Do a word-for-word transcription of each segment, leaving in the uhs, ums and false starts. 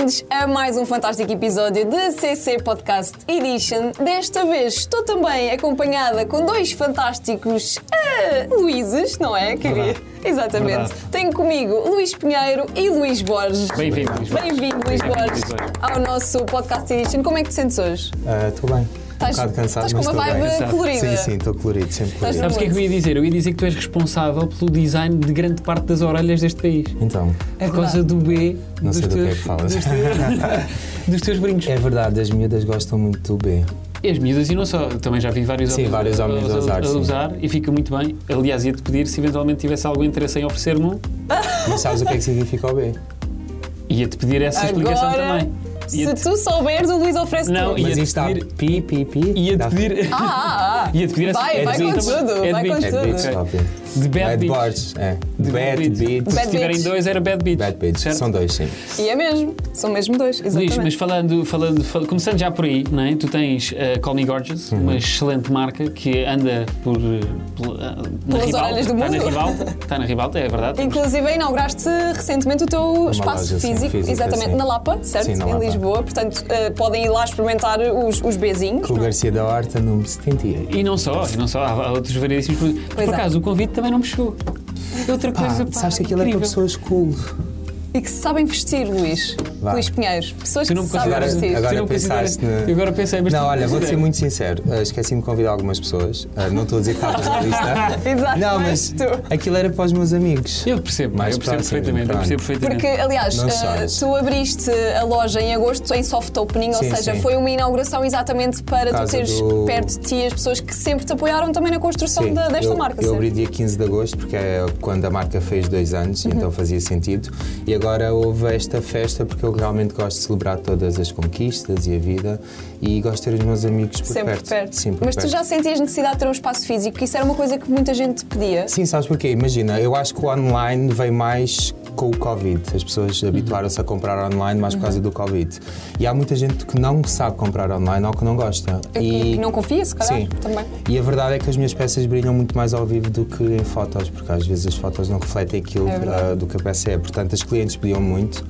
bem-vindos a mais um fantástico episódio de C C Podcast Edition. Desta vez estou também acompanhada com dois fantásticos uh, Luíses, não é? Queria... Exatamente. Verdade. Tenho comigo Luís Pinheiro e Luís Borges. Bem-vindo, Luís Borges. Bem-vindo, Luís Borges, ao nosso Podcast Edition. Como é que te sentes hoje? Estou uh, bem. Estás, um bocado cansado, estás com uma mas vibe bem. colorida. Sim, sim, estou colorido, sempre colorido. Sabes o que é que eu ia dizer? Eu ia dizer que tu és responsável pelo design de grande parte das orelhas deste país. Então, É Por causa do B não dos sei do que é teus, que falas. dos teus, dos teus brincos. É verdade, as miúdas gostam muito do B. E as miúdas, e não só, também já vi vários Sim, homens, vários a, homens a, a usar, a sim. usar e fica muito bem. Aliás, ia-te pedir se eventualmente tivesse algum interesse em oferecer-me um, Mas sabes o que é que significa o B? ia-te pedir essa explicação Agora, também. se Ia-te- tu souberes, o Luís oferece Não, tudo. ia- Mas Ia-te isto está pedir- pi, pi, pi. Ia-te Dá- pedir... Ah, ah, ah. Ia-te pedir essa Vai, vai com explicação. tudo, É vai de com beats. Bad tudo. Beats, Ok. óbvio. De Bad Bad Beats. Boards, é. De Bad Beats. Bad Se tiverem Beats. dois, era Bad Beats. Bad Beats. certo? São dois, sim. E é mesmo, são mesmo dois, exatamente. Luís, mas falando, falando, fal- começando já por aí, não é? Tu tens uh, Call Me Gorgeous, Uhum. uma excelente marca que anda por, uh, pel- uh, na Pelas Ribalta. orelhas do Está na mundo. Ribalta, está na Ribalta, é verdade. Inclusive, inauguraste recentemente o teu espaço loja, sim, físico, física, exatamente, sim. na Lapa, certo? Sim, na em Lapa. Lisboa. Portanto, eh, podem ir lá experimentar os, os bezinhos. Com o Garcia da Horta, número setenta e oito. E não só, e não só, há, há outros variedíssimos produtos. Mas, Pois por há. acaso, o convite também não me chegou. Outra Pá, coisa, pá, sabes que aquilo é para incrível. pessoas cool. E que se sabem vestir, Luís. Vá. Luís Pinheiro. Pessoas Tu que não se me sabem consideras... vestir. agora tu não pensaste consideras- no- Eu agora pensei, mas tu Não, olha, vou-te ser consideras. muito sincero. Uh, Esqueci-me de convidar algumas pessoas. Uh, não estou a dizer que estavas na lista. Exato, Não, mas mas tu. aquilo era para os meus amigos. Eu percebo, Mais eu percebo próximo, perfeitamente, eu pronto. percebo perfeitamente. Porque, aliás, Não eh, choras. tu abriste a loja em agosto em soft opening, Sim, ou seja, sim. foi uma inauguração exatamente para tu causa teres do- perto de ti as pessoas que sempre te apoiaram também na construção Sim, da- desta eu, marca, eu certo? abri dia quinze de agosto, porque é quando a marca fez dois anos, Uhum. e então fazia sentido. E agora houve esta festa porque eu realmente gosto de celebrar todas as conquistas e a vida e gosto de ter os meus amigos por Sempre perto. perto. Sim, por Mas tu perto. já sentias necessidade de ter um espaço físico, que isso era uma coisa que muita gente pedia. Sim, sabes porquê? Imagina, eu acho que o online veio mais com o Covid. As pessoas Uhum. habituaram-se a comprar online mais por causa do Covid. E há muita gente que não sabe comprar online ou que não gosta. E que não confia, se calhar, Sim. também. E a verdade é que as minhas peças brilham muito mais ao vivo do que em fotos, porque às vezes as fotos não refletem aquilo É verdade. uh, do que a peça é. Portanto, as clientes pediam muito.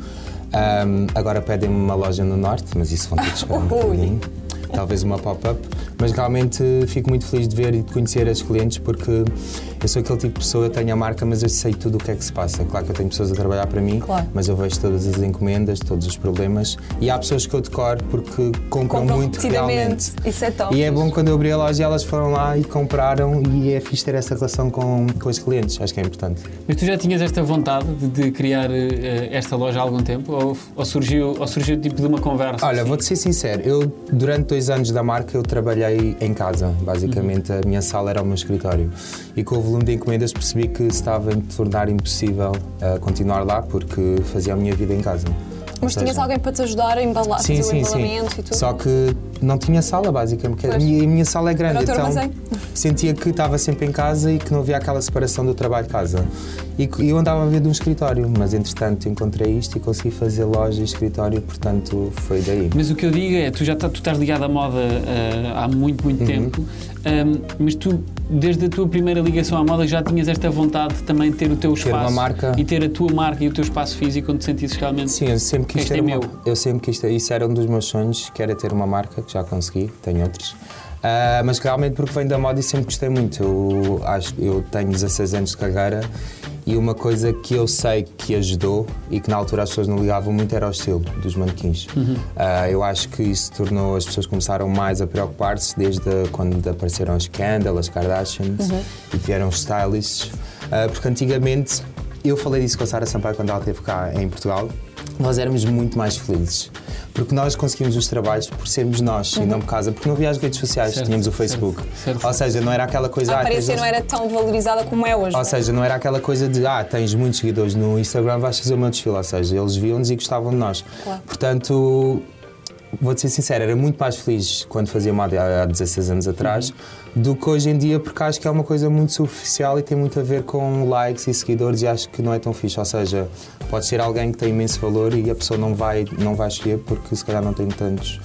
Um, agora pedem-me uma loja no Norte, mas isso vão ter que esperar um Ui. bocadinho. Talvez uma pop-up. Mas realmente fico muito feliz de ver e de conhecer as clientes, porque eu sou aquele tipo de pessoa, eu tenho a marca, mas eu sei tudo o que é que se passa. Claro que eu tenho pessoas a trabalhar para mim, Claro. mas eu vejo todas as encomendas, todos os problemas. E há pessoas que eu decoro porque compram, Compram muito repetidamente. realmente. Isso é tão E é fixe. bom quando eu abri a loja e elas foram lá e compraram, e é fixe ter essa relação com, com os clientes, acho que é importante. Mas tu já tinhas esta vontade de, de criar eh, esta loja há algum tempo? Ou, ou surgiu, ou surgiu tipo de uma conversa? Olha, assim? vou-te ser sincero, eu durante dois anos da marca eu trabalhei em casa, basicamente a minha sala era o meu escritório e com o volume de encomendas percebi que se estava a me tornar impossível uh, continuar lá porque fazia a minha vida em casa. Mas Ou tinhas seja, alguém para te ajudar a embalar, Sim, fazer o sim, sim. embalamento e tudo? Só que não tinha sala, basicamente, porque a Pois. minha, a minha sala é grande, Era o teu então armazém. sentia que estava sempre em casa e que não havia aquela separação do trabalho-casa. E que- eu andava a ver de um escritório, mas entretanto encontrei isto e consegui fazer loja e escritório, portanto foi daí. Mas o que eu digo é, tu já tá, tu estás ligado à moda eh, há muito, muito Uhum. tempo, Ahm, mas tu, desde a tua primeira ligação à moda, já tinhas esta vontade de também ter o teu Ter espaço uma marca. e ter a tua marca e o teu espaço físico onde te sentisses realmente... Sim, eu sempre quis Este ter é uma, meu. eu sempre quis ter, isso era um dos meus sonhos, que era ter uma marca, que já consegui, tenho outros. Ah, mas que realmente porque vem da moda e sempre gostei muito. Eu, acho, eu tenho dezasseis anos de carreira e uma coisa que eu sei que ajudou e que na altura as pessoas não ligavam muito era o estilo dos manequins. Ah, eu acho que isso tornou, as pessoas começaram mais a preocupar-se desde quando apareceram as Kendall, as Kardashians e vieram os stylists. Ah, porque antigamente, eu falei disso com a Sara Sampaio quando ela esteve cá em Portugal, nós éramos muito mais felizes. Porque nós conseguimos os trabalhos por sermos nós e não por causa. Porque não havia as redes sociais, Certo, tínhamos o certo, Facebook. certo. Ou seja, não era aquela coisa. A ah, aparência tens- não era tão valorizada como é hoje. Ou seja, não era aquela coisa de ah, tens muitos seguidores no Instagram, vais fazer o meu desfile. Ou seja, eles viam-nos e gostavam de nós. Claro. Portanto, vou-te ser sincero, era muito mais feliz quando fazia moda há dezasseis anos atrás do que hoje em dia, porque acho que é uma coisa muito superficial e tem muito a ver com likes e seguidores e acho que não é tão fixe. Ou seja, pode ser alguém que tem imenso valor e a pessoa não vai, não vai escolher porque se calhar não tem tantos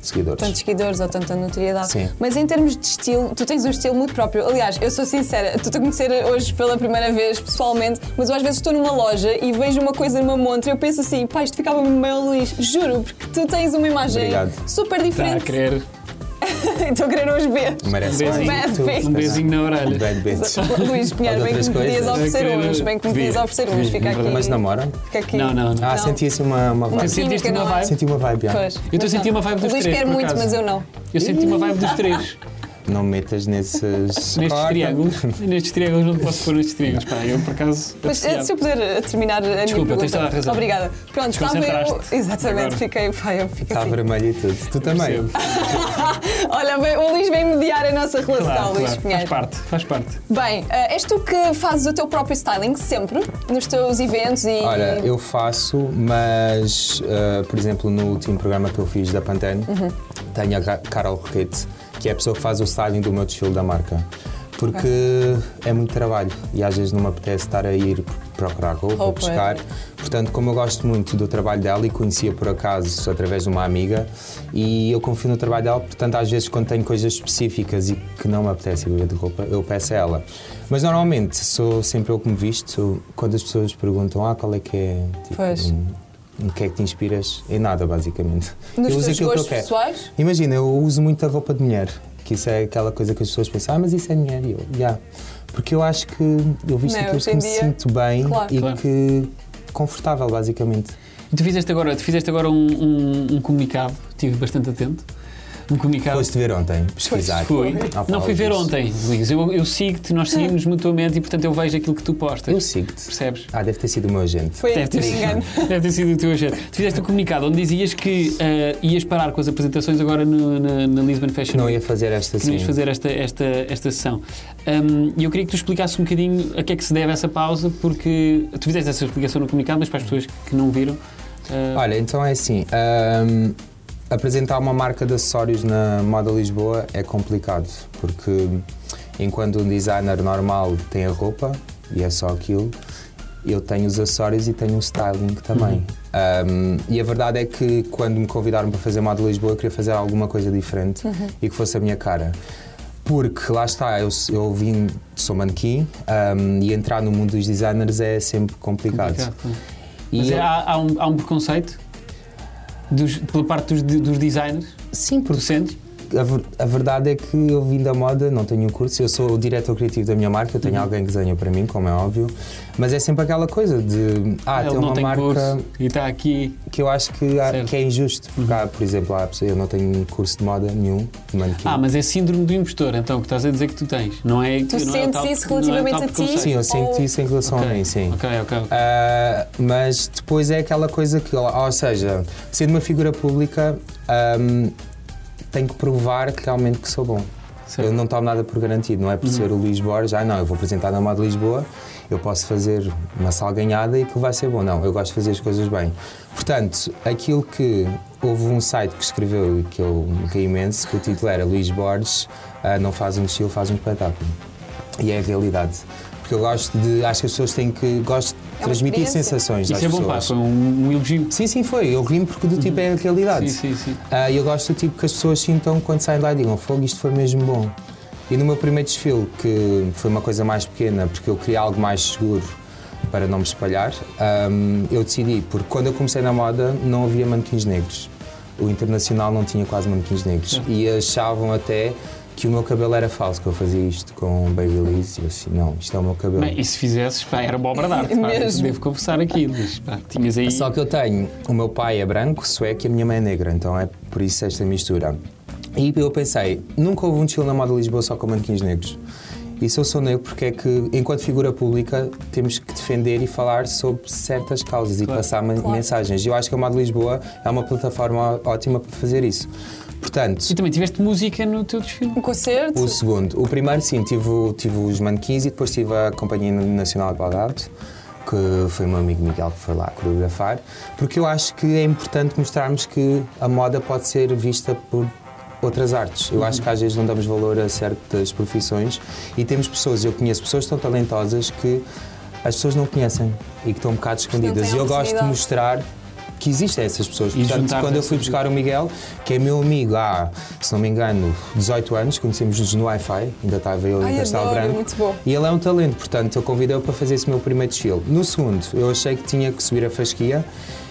seguidores. Tantos seguidores ou tanta notoriedade. Sim. Mas em termos de estilo, tu tens um estilo muito próprio. Aliás, eu sou sincera, estou-te a conhecer hoje pela primeira vez pessoalmente, mas eu às vezes estou numa loja e vejo uma coisa numa montra e eu penso assim, pá, isto ficava meio Luís. Juro, porque tu tens uma imagem Obrigado. super Está a diferente. querer Estou a querer uns beijos. Merece Um mais beijinho. do que tu. um beijinho na orelha. Um bad bitch. Luís Pinheiro, Ou de bem que outras me podias coisas. oferecer É que uns, bem que me podias devia, oferecer uns. devia, Fica é aqui. verdade. Mas namoram? Fica aqui. Não, não, não. Ah, Não. senti assim uma, uma vibe. Tu sentiste Química, uma não é? vibe? Senti uma vibe, já. Pois. Eu estou a Mas sentir não. uma vibe dos O Luís três, quer por muito, acaso. mas eu não. Eu senti uma vibe dos três. Não me metas nesses... Nestes Corta. triângulos. Nestes triângulos não te posso pôr nestes triângulos. Pá, eu por acaso. Mas eh, apreciava. se eu puder eh, terminar a minha Desculpa, pergunta. tens toda a razão. Obrigada. Pronto, estava eu. Desconcentraste. Exatamente, Agora. fiquei. Pá, eu fico Está assim. vermelho e tudo. Tu também. Percebo. Olha, bem, o Luís vem mediar a nossa relação, Claro, Luís claro. Faz Pinheiro. parte, faz parte. Bem, eh, és tu que fazes o teu próprio styling sempre nos teus eventos e. Olha, eu faço, mas, uh, por exemplo, no último programa que eu fiz da Pantene, tenho a Ca- Carol Roquete, que é a pessoa que faz o styling do meu desfile da marca. Porque é muito trabalho e às vezes não me apetece estar a ir procurar roupa, Roupa, buscar. é. Portanto, como eu gosto muito do trabalho dela e conhecia por acaso através de uma amiga, e eu confio no trabalho dela, portanto, às vezes quando tenho coisas específicas e que não me apetece ir ver de roupa, eu peço a ela. Mas normalmente sou sempre eu que me visto. Quando as pessoas perguntam, ah, qual é que é? Tipo, Pois. um, em que é que te inspiras? Em nada, basicamente. Nos eu uso teus aquilo que eu gostos quero. pessoais? Imagina, eu uso muita roupa de mulher, que isso é aquela coisa que as pessoas pensam, ah, mas isso é mulher, e eu, já. Porque eu acho que eu visto Não, aquilo hoje que em me dia, sinto bem claro. e Claro. que confortável, basicamente. E tu fizeste agora, tu fizeste agora um, um, um comunicado, estive bastante atento. Um comunicado. Foste ver ontem, pesquisar. Fui. Ah, Não pá, fui ver isso. ontem, Luís. Eu, eu sigo-te, nós seguimos mutuamente e, portanto, eu vejo aquilo que tu postas. Eu sigo-te. Percebes? Ah, deve ter sido o meu agente. Foi Deve ter, por engano. sido, deve ter sido o teu agente. Tu fizeste um comunicado onde dizias que uh, ias parar com as apresentações agora no, na, na Lisbon Fashion Não Week. ia fazer esta Queríamos assim. fazer esta, esta, esta sessão. Um, E eu queria que tu explicasses um bocadinho a que é que se deve essa pausa, porque tu fizeste essa explicação no comunicado, mas para as pessoas que não viram. uh, Olha, então é assim. hum, apresentar uma marca de acessórios na Moda Lisboa é complicado, porque enquanto um designer normal tem a roupa e é só aquilo, eu tenho os acessórios e tenho o styling também. Um, e a verdade é que quando me convidaram para fazer Moda Lisboa, eu queria fazer alguma coisa diferente e que fosse a minha cara. Porque lá está, eu, eu vim, sou manequim, um, e entrar no mundo dos designers é sempre complicado. complicado. E Mas é, eu- há, há, um, há um preconceito dos, pela parte dos, dos designers? sim, Tu porque sentes? A, ver- a verdade é que eu vim da moda, não tenho um curso, eu sou o diretor criativo da minha marca, eu tenho Uhum. alguém que desenha para mim, como é óbvio, mas é sempre aquela coisa de, ah, Ele tem não uma tem marca curso e está aqui. que eu acho que, há- Certo. que é injusto, porque há, por exemplo, há pessoas- eu não tenho curso de moda nenhum, de manequim. Ah, mas é síndrome do impostor, então, o que estás a dizer que tu tens. Não é, Tu não é sentes tal- isso não é relativamente tal a ti? preconceito. Sim, eu sinto Ou- isso em relação Ok, a mim, sim. Ok, ok. ok. Ah, mas depois é aquela coisa que, ou seja, sendo uma figura pública, ahm, tenho que provar que realmente que sou bom. Certo. Eu não tomo nada por garantido, não é por ser o Luís Borges, ah não, eu vou apresentar na Moda Lisboa, eu posso fazer uma salganhada e que vai ser bom. Não, eu gosto de fazer as coisas bem. Portanto, aquilo que houve um site que escreveu e que eu me caí imenso, que o título era Luís Borges ah, não faz um desfile, faz um espetáculo. E é a realidade. Porque eu gosto de, acho que as pessoas têm que, gosto de É uma transmitir experiência. sensações Isso às é bom, pessoas. pá, foi um, um elogio. Sim, sim, foi. Eu rimo porque do tipo é a realidade. Sim, sim, sim. Ah, eu gosto do tipo que as pessoas sintam quando saem de lá e digam, fogo, isto foi mesmo bom. E no meu primeiro desfile, que foi uma coisa mais pequena, porque eu queria algo mais seguro para não me espalhar, ahm, eu decidi, porque quando eu comecei na moda não havia manequins negros. O internacional não tinha quase manequins negros. É. E achavam até que o meu cabelo era falso, que eu fazia isto com Babyliss, e eu assim, não, isto é o meu cabelo. Bem, e se fizesses, pá, era uma obra de arte, pá, Mesmo. devo confessar aqui, Luís, pá, tinhas aí... Só que eu tenho, o meu pai é branco, sueco, e a minha mãe é negra, então é por isso esta mistura. E eu pensei, nunca houve um desfile na Moda Lisboa só com manequins negros. E se eu sou negro, porque é que, enquanto figura pública, temos que defender e falar sobre certas causas e Claro. passar men- Claro. mensagens. E eu acho que a Moda Lisboa é uma plataforma ó- ótima para fazer isso. Portanto, E também tiveste música no teu desfile. Um concerto? o segundo. O primeiro, sim, tive, o- tive os manequins e depois tive a Companhia Nacional de Baldado, que foi o meu amigo Miguel que foi lá coreografar, porque eu acho que é importante mostrarmos que a moda pode ser vista por outras artes. Eu acho que às vezes não damos valor a certas profissões e temos pessoas, eu conheço pessoas tão talentosas que as pessoas não conhecem e que estão um bocado escondidas. têm E eu gosto de oportunidade. mostrar que existem essas pessoas. E Portanto, juntar-te quando eu essas fui buscar o Miguel, que é meu amigo há, se não me engano, dezoito anos, conhecemos-nos no Wi-Fi, ainda estava eu Ai, em Castelo adoro, Branco. muito bom. E ele é um talento, portanto, eu convidei-o para fazer esse meu primeiro desfile. No segundo, eu achei que tinha que subir a fasquia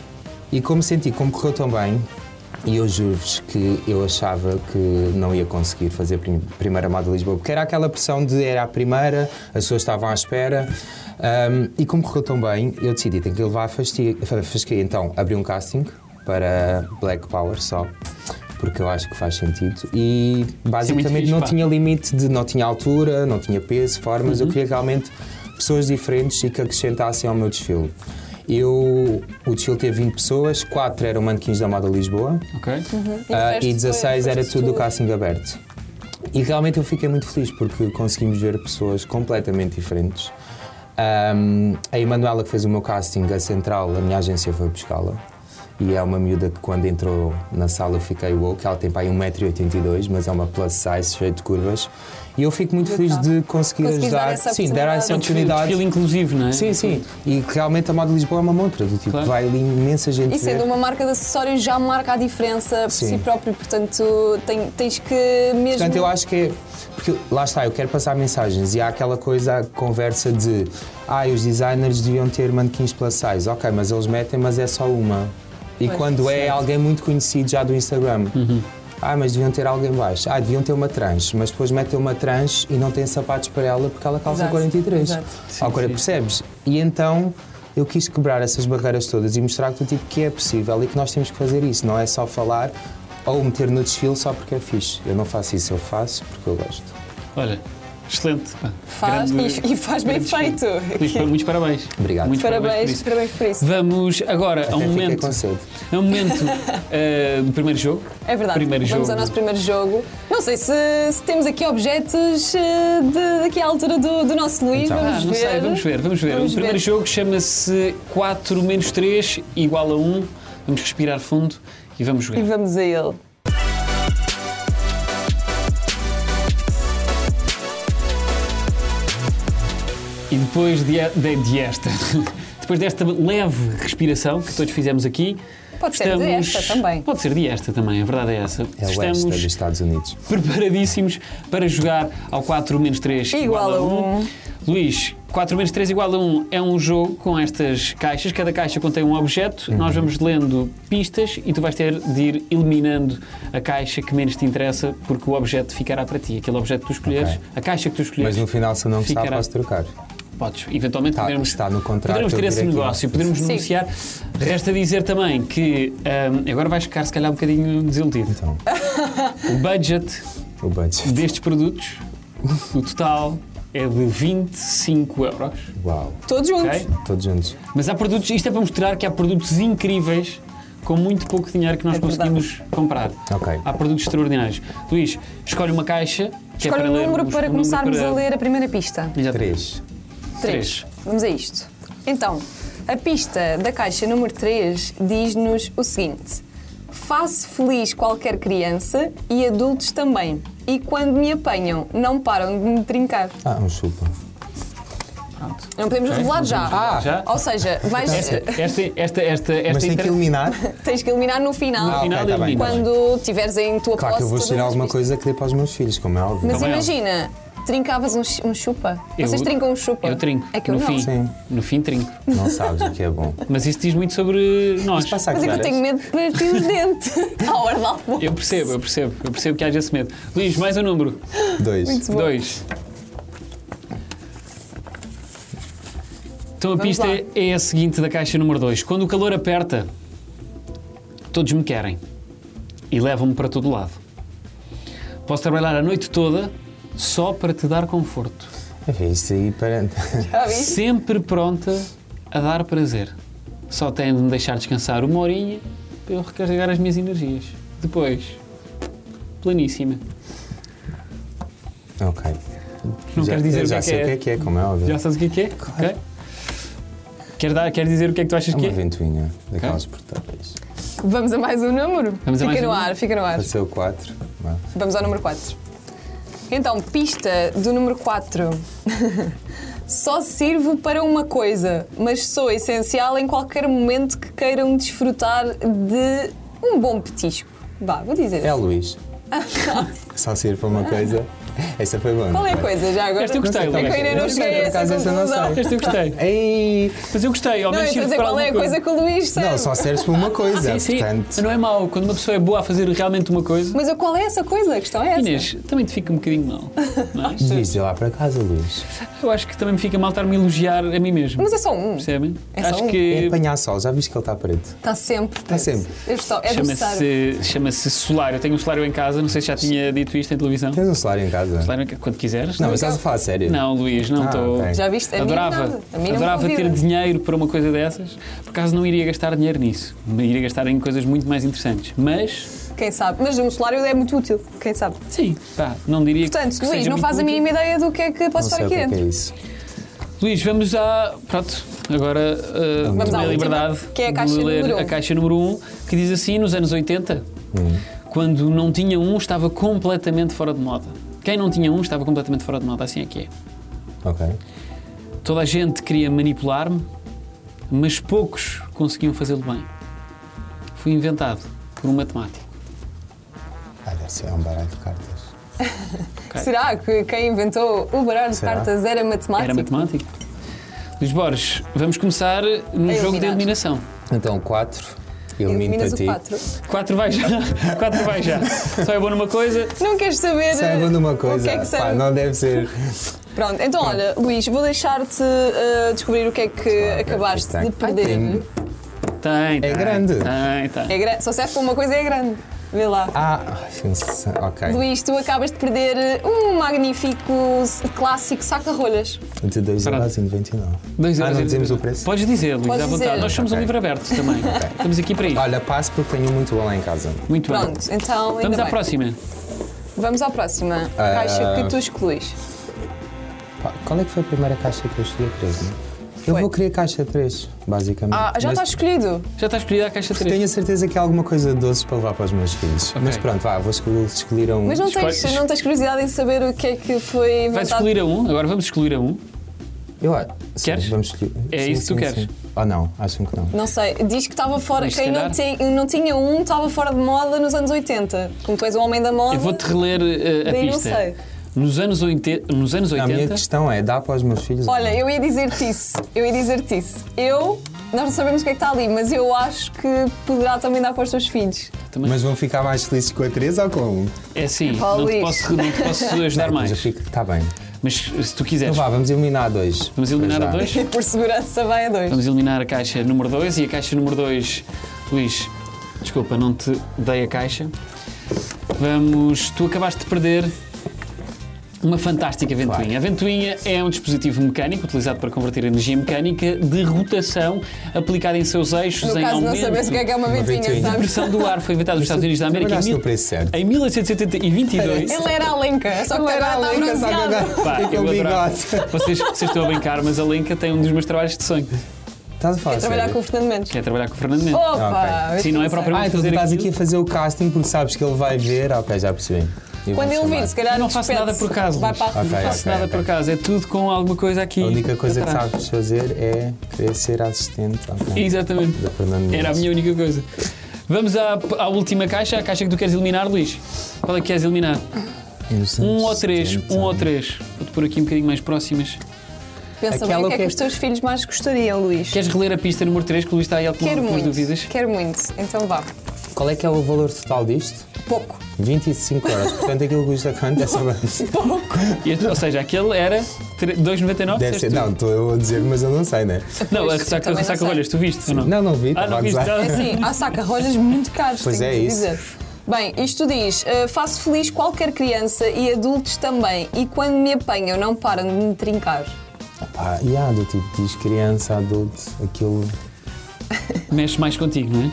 e como senti, como correu tão bem, e eu juro-vos que eu achava que não ia conseguir fazer a primeira moda de Lisboa, porque era aquela pressão de era a primeira, as pessoas estavam à espera, um, e como correu tão bem, eu decidi, tenho que levar a fasquia, a fasquia. Então, abri um casting para Black Power só, porque eu acho que faz sentido, e basicamente fixe, não pá. tinha limite, de não tinha altura, não tinha peso, formas, Uhum. eu queria realmente pessoas diferentes e que acrescentassem ao meu desfile. Eu, o desfile teve vinte pessoas, quatro eram manequins da Moda Lisboa, Ok? Uhum. ah, resto e dezasseis foi- era foste tudo do tu. casting aberto. E realmente eu fiquei muito feliz porque conseguimos ver pessoas completamente diferentes. Um, a Emanuela, que fez o meu casting, a Central, a minha agência foi buscá-la. E é uma miúda que quando entrou na sala eu fiquei woke. Ela tem para aí um metro e oitenta e dois, mas é uma plus size, cheia de curvas. E eu fico muito feliz de conseguir Conseguires dar ajudar. essa Sim, dar essa É um desfile, oportunidade. desfile inclusivo, não é? Sim, sim. E que realmente a Moda de Lisboa é uma montra. Do tipo, Claro. vai ali imensa gente E sendo ver. uma marca de acessórios já marca a diferença por Sim. si próprio, portanto tem- tens que mesmo... Portanto, eu acho que é. Porque lá está, eu quero passar mensagens e há aquela coisa, a conversa de ah, os designers deviam ter manequins plus size. Ok, mas eles metem, mas é só uma. E Pois, quando é certo. alguém muito conhecido já do Instagram, Uhum. ah, mas deviam ter alguém baixo. Ah, deviam ter uma trans, mas depois metem uma trans e não têm sapatos para ela porque ela calça Exato, quarenta e três. exato. Sim, Agora, sim. percebes? E então eu quis quebrar essas barreiras todas e mostrar que, tipo, que é possível e que nós temos que fazer isso. Não é só falar ou meter no desfile só porque é fixe. Eu não faço isso, eu faço porque eu gosto. Olha, excelente. Pá. Faz Grande- e, e faz bem grande desfile. feito. Luís, muitos parabéns. Obrigado. Muitos parabéns, por Parabéns, isso. parabéns por isso. Vamos agora a Até um fiquei momento, com sede. a um momento eh, do primeiro jogo. É verdade. Primeiro Vamos jogo. ao nosso primeiro jogo. Não sei se, se temos aqui objetos eh, de, daqui à altura do, do nosso Luís. Então. Vamos Ah, não ver. sei, vamos ver, vamos ver. Vamos o primeiro ver. jogo chama-se quatro menos três igual a um. Vamos respirar fundo e vamos jogar. E vamos a ele. E depois de, de, de esta, depois desta leve respiração que todos fizemos aqui, Pode ser de esta também. Pode ser de esta também, a verdade é essa. É o Estamos oeste dos Estados Unidos. preparadíssimos para jogar ao quatro menos três Igual a um. Luís, quatro menos três igual a um é um jogo com estas caixas. Cada caixa contém um objeto. Uhum. Nós vamos lendo pistas e tu vais ter de ir eliminando a caixa que menos te interessa, porque o objeto ficará para ti. Aquele objeto que tu escolheres, Ok. a caixa que tu escolheres. Mas no final, se eu não gostar, ficará. posso trocar. Podes, eventualmente Tá, poderemos, está no contrato, poderemos ter eu esse direi que negócio, não. poderemos Sim. negociar. Resta dizer também que ahm, agora vais ficar se calhar um bocadinho desiludido. Então, O budget o budget. destes produtos, o total é de vinte e cinco euros. Uau. Todos juntos. Ok? Todos juntos. Mas há produtos, isto é para mostrar que há produtos incríveis com muito pouco dinheiro que nós É verdade. conseguimos comprar. Ok. Há produtos extraordinários. Luís, escolhe uma caixa. Que Escolhe é um para número lermos, para um começarmos número a para- ler a primeira pista. Exatamente. Três. Três. Vamos a isto. Então, a pista da caixa número três diz-nos o seguinte: faço feliz qualquer criança e adultos também. E quando me apanham, não param de me trincar. Ah, um chupa. Pronto. Não podemos Ok, revelar não já. podemos revelar já. Ou seja, vais, Esta, esta, esta, esta, esta Mas tem inter- que eliminar. tens que eliminar no final. No Ah, final ok, tá bem, elimina. tá bem. Quando tiveres em tua Claro que eu posse vou todas tirar as alguma pistas. coisa que dê para os meus filhos, como é óbvio. Mas Também é imagina, trincavas um, ch- um chupa. Eu- Vocês trincam um chupa? Eu trinco. É que eu no não. fim. Sim. No fim trinco. Não sabes o que é bom. Mas isso diz muito sobre nós. Passa a Mas é que eu claras. tenho medo de partir os dentes à hora de almoço. Eu percebo, eu percebo. Eu percebo que haja esse medo. Luís, mais um número. Dois. Muito bom. Dois. Então a Vamos pista lá. é, é a seguinte da caixa número dois. Quando o calor aperta, todos me querem e levam-me para todo lado. Posso trabalhar a noite toda só para te dar conforto. É isso aí para. Já viste? Sempre pronta a dar prazer. Só tenho de me deixar descansar uma horinha para eu recarregar as minhas energias. Depois, planíssima. Ok. Não já, queres dizer eu o que já é que sei é? o que é que é, como é óbvio. Já sabes o que é que é? Ok. Quer, dar, quer dizer o que é que tu achas É que uma é? ventoinha daquelas portáteis. Vamos a mais um número? Vamos a fica mais no um ar, número? fica no ar. Pode ser o quatro. Vá. Vamos ao número quatro. Então, pista do número quatro. Só sirvo para uma coisa, mas sou essencial em qualquer momento que queiram desfrutar de um bom petisco. Vá, vou dizer. É Luís. Só servir para uma coisa. Esta foi boa. Qual é a coisa já agora? Esta eu gostei, É que eu ainda não Luís. cheguei a Por essa acaso essa não conclusão. sei. Esta eu gostei. Ei! Mas eu gostei, ao Não, eu menos estou a sirvo dizer para qual é a alguma coisa que o Luís serve. Não, só serves para uma coisa. Sim, sim, Portanto, mas não é mau. Quando uma pessoa é boa a fazer realmente uma coisa... Mas qual é essa coisa? A questão é essa. Inês, também te fica um bocadinho mal, não é? devias ir lá para casa, Luís. Eu acho que também me fica mal estar-me a elogiar a mim mesmo. Mas é só um. Percebem? É só acho um. É que apanhar sol, já viste que ele está preto? Está sempre. Está sempre. Eu estou, é do Sara. chama-se chama-se solário. Eu tenho um solário em casa, não sei se já tinha dito isto em televisão. Tens um salário em casa? Solário em ca- quando quiseres. Não, mas estás a falar a sério? Não, Luís, não Ah, estou. ok. Já viste? A mim Adorava, nada. A mim não me adorava ter convida. dinheiro para uma coisa dessas, por acaso não iria gastar dinheiro nisso. Iria gastar em coisas muito mais interessantes. Mas, Quem sabe? Mas um solário é muito útil. Quem sabe? sim, pá, não diria que. Portanto, que Luís, seja não muito faz a útil. mínima ideia do que é que Não posso sei estar o aqui que é, que é dentro. isso. Luís, vamos à. Pronto, agora uh, Vamos tomei à a última, liberdade que é a caixa de ler número um. a caixa número um, que diz assim: nos anos oitenta, Hum. quando não tinha um, estava completamente fora de moda. Quem não tinha um estava completamente fora de moda, assim é que é. Ok. Toda a gente queria manipular-me, mas poucos conseguiam fazê-lo bem. Fui inventado por um matemático. Ah, deve ser um baralho de cartas. Ok. Será que quem inventou o baralho de Será? cartas era matemático? Era matemático. Luís Borges, vamos começar no A jogo eliminar. de eliminação. Então, quatro. Elimino Eliminas para o ti. quatro. Quatro vai já. Quatro vai já. Só é bom numa coisa. Não queres saber Saiba numa o coisa. que é que Pá, serve? não deve ser. Pronto, então olha, Luís, vou deixar-te uh, descobrir o que é que acabaste Tem. de perder. Tem. Tem, tem. grande. Tem, tem. É gra- Só serve para uma coisa e é grande. Vê lá. Ah, ok. Luís, tu acabas de perder um magnífico clássico saca-rolhas. De dois Pronto. euros e noventa e nove. Dois Ah, euros não e dizemos noventa. o preço? Podes dizer, Luís, Podes à vontade. dizer. Nós somos um Ok. livro aberto também. Estamos aqui para isso. Olha, passo porque tenho muito bom lá em casa. Muito bem. Pronto, então ainda Vamos à bem. próxima. Vamos à próxima Ah. caixa que tu excluís. Pá, qual é que foi a primeira caixa que eu escolhi a três? Eu Foi. vou querer caixa três, basicamente. Ah, já Mas está escolhido. Já está escolhida a caixa três. Tenho a certeza que há alguma coisa de doces para levar para os meus filhos. Ok. Mas pronto, vá, vou escolher, escolher um. Mas não tens, Escolhe- não tens curiosidade em saber o que é que foi inventado? Vais escolher a um? Agora vamos escolher a um. Eu acho. sim, Queres? Vamos escolher. É Sim, isso que tu sim, queres? sim. Ou não? Acham que não. Não sei, diz que estava fora. Mas se Quem não, calhar- ti- não tinha um estava fora de moda nos anos oitenta. Como tu és o homem da moda. Eu vou-te reler uh, a Daí não pista. sei. Nos anos oitenta, nos anos A minha oitenta questão é: dá para os meus filhos? ou Olha, não? eu ia dizer-te isso. Eu ia dizer-te isso. Eu. Nós não sabemos o que é que está ali, mas eu acho que poderá também dar para os teus filhos. também. Mas vão ficar mais felizes com a três ou com um? É assim, Pá, não te, Luís. posso, não te posso ajudar Mas mais. eu fico. Está bem. Mas se tu Então quiseres, vá, vamos eliminar a dois. vamos eliminar Para a já. dois. Por segurança, vai a dois. Vamos eliminar a caixa número dois e a caixa número dois, Luís, desculpa, não te dei a caixa. Vamos, tu acabaste de perder uma fantástica ventoinha. Claro. A ventoinha é um dispositivo mecânico utilizado para converter energia mecânica de rotação aplicada em seus eixos No em caso, não aumento. sabes o que é que é uma ventoinha, ventoinha. A sabes? pressão do ar foi inventada nos Estados Unidos da América em, Trabalhaste mil, no preço certo. em mil oitocentos e vinte e dois. Ele era a Lenca, só que agora está bronzeado. Pá, Fica eu um adorava. bigode. Vocês, vocês estão a brincar, mas a Lenca tem um dos meus trabalhos de sonho, Estás a falar Quer trabalhar sério? com o Fernando Mendes. que é trabalhar com o Fernando Mendes. Opa! Ok. Sim, não é eu propriamente- Ah, então tu fazer estás aquilo. aqui a fazer o casting porque sabes que ele vai ver. Ok, já percebi. E Quando vou ele chamar. vir, se calhar Eu não faço despede-se. nada por acaso, Vai Luís. para a Não Ok, faço ok, nada ok. por acaso, é tudo com alguma coisa aqui. A única coisa que atrás. sabes fazer é querer ser assistente. ok, Exatamente. da Fernando Mendes. Era a minha única coisa. Vamos à, à última caixa, a caixa que tu queres eliminar, Luís. Qual é que queres eliminar? Nos Um anos ou três? setenta. Um ou três? Vou-te pôr aqui um bocadinho mais próximas. Pensa bem Aquela o que é que que é- os teus filhos mais gostariam, Luís. Queres reler a pista número três, que o Luís está aí a Quero algumas muito. dúvidas? Quero muito. Então vá. Qual é que é o valor total disto? Pouco. vinte e cinco euros. Portanto, aquilo que custa quanto? Essa Pouco. E este- ou seja, aquele era dois vírgula noventa e nove? Deve ser. Não, estou eu a dizer, mas eu não sei, né? Não, a Pois, ressaca, também a não ressaca sei. rolhas, tu viste ou não? Não, não vi. Ah, estava não a viste? gozar. É assim, há saca-rolhas muito caros, Pois tenho é que isso. dizer. Bem, isto diz, uh, faço feliz qualquer criança e adultos também, e quando me apanham não param de me trincar. Pá, e há do tipo, diz criança, adulto, aquilo. Mexe mais contigo, não é?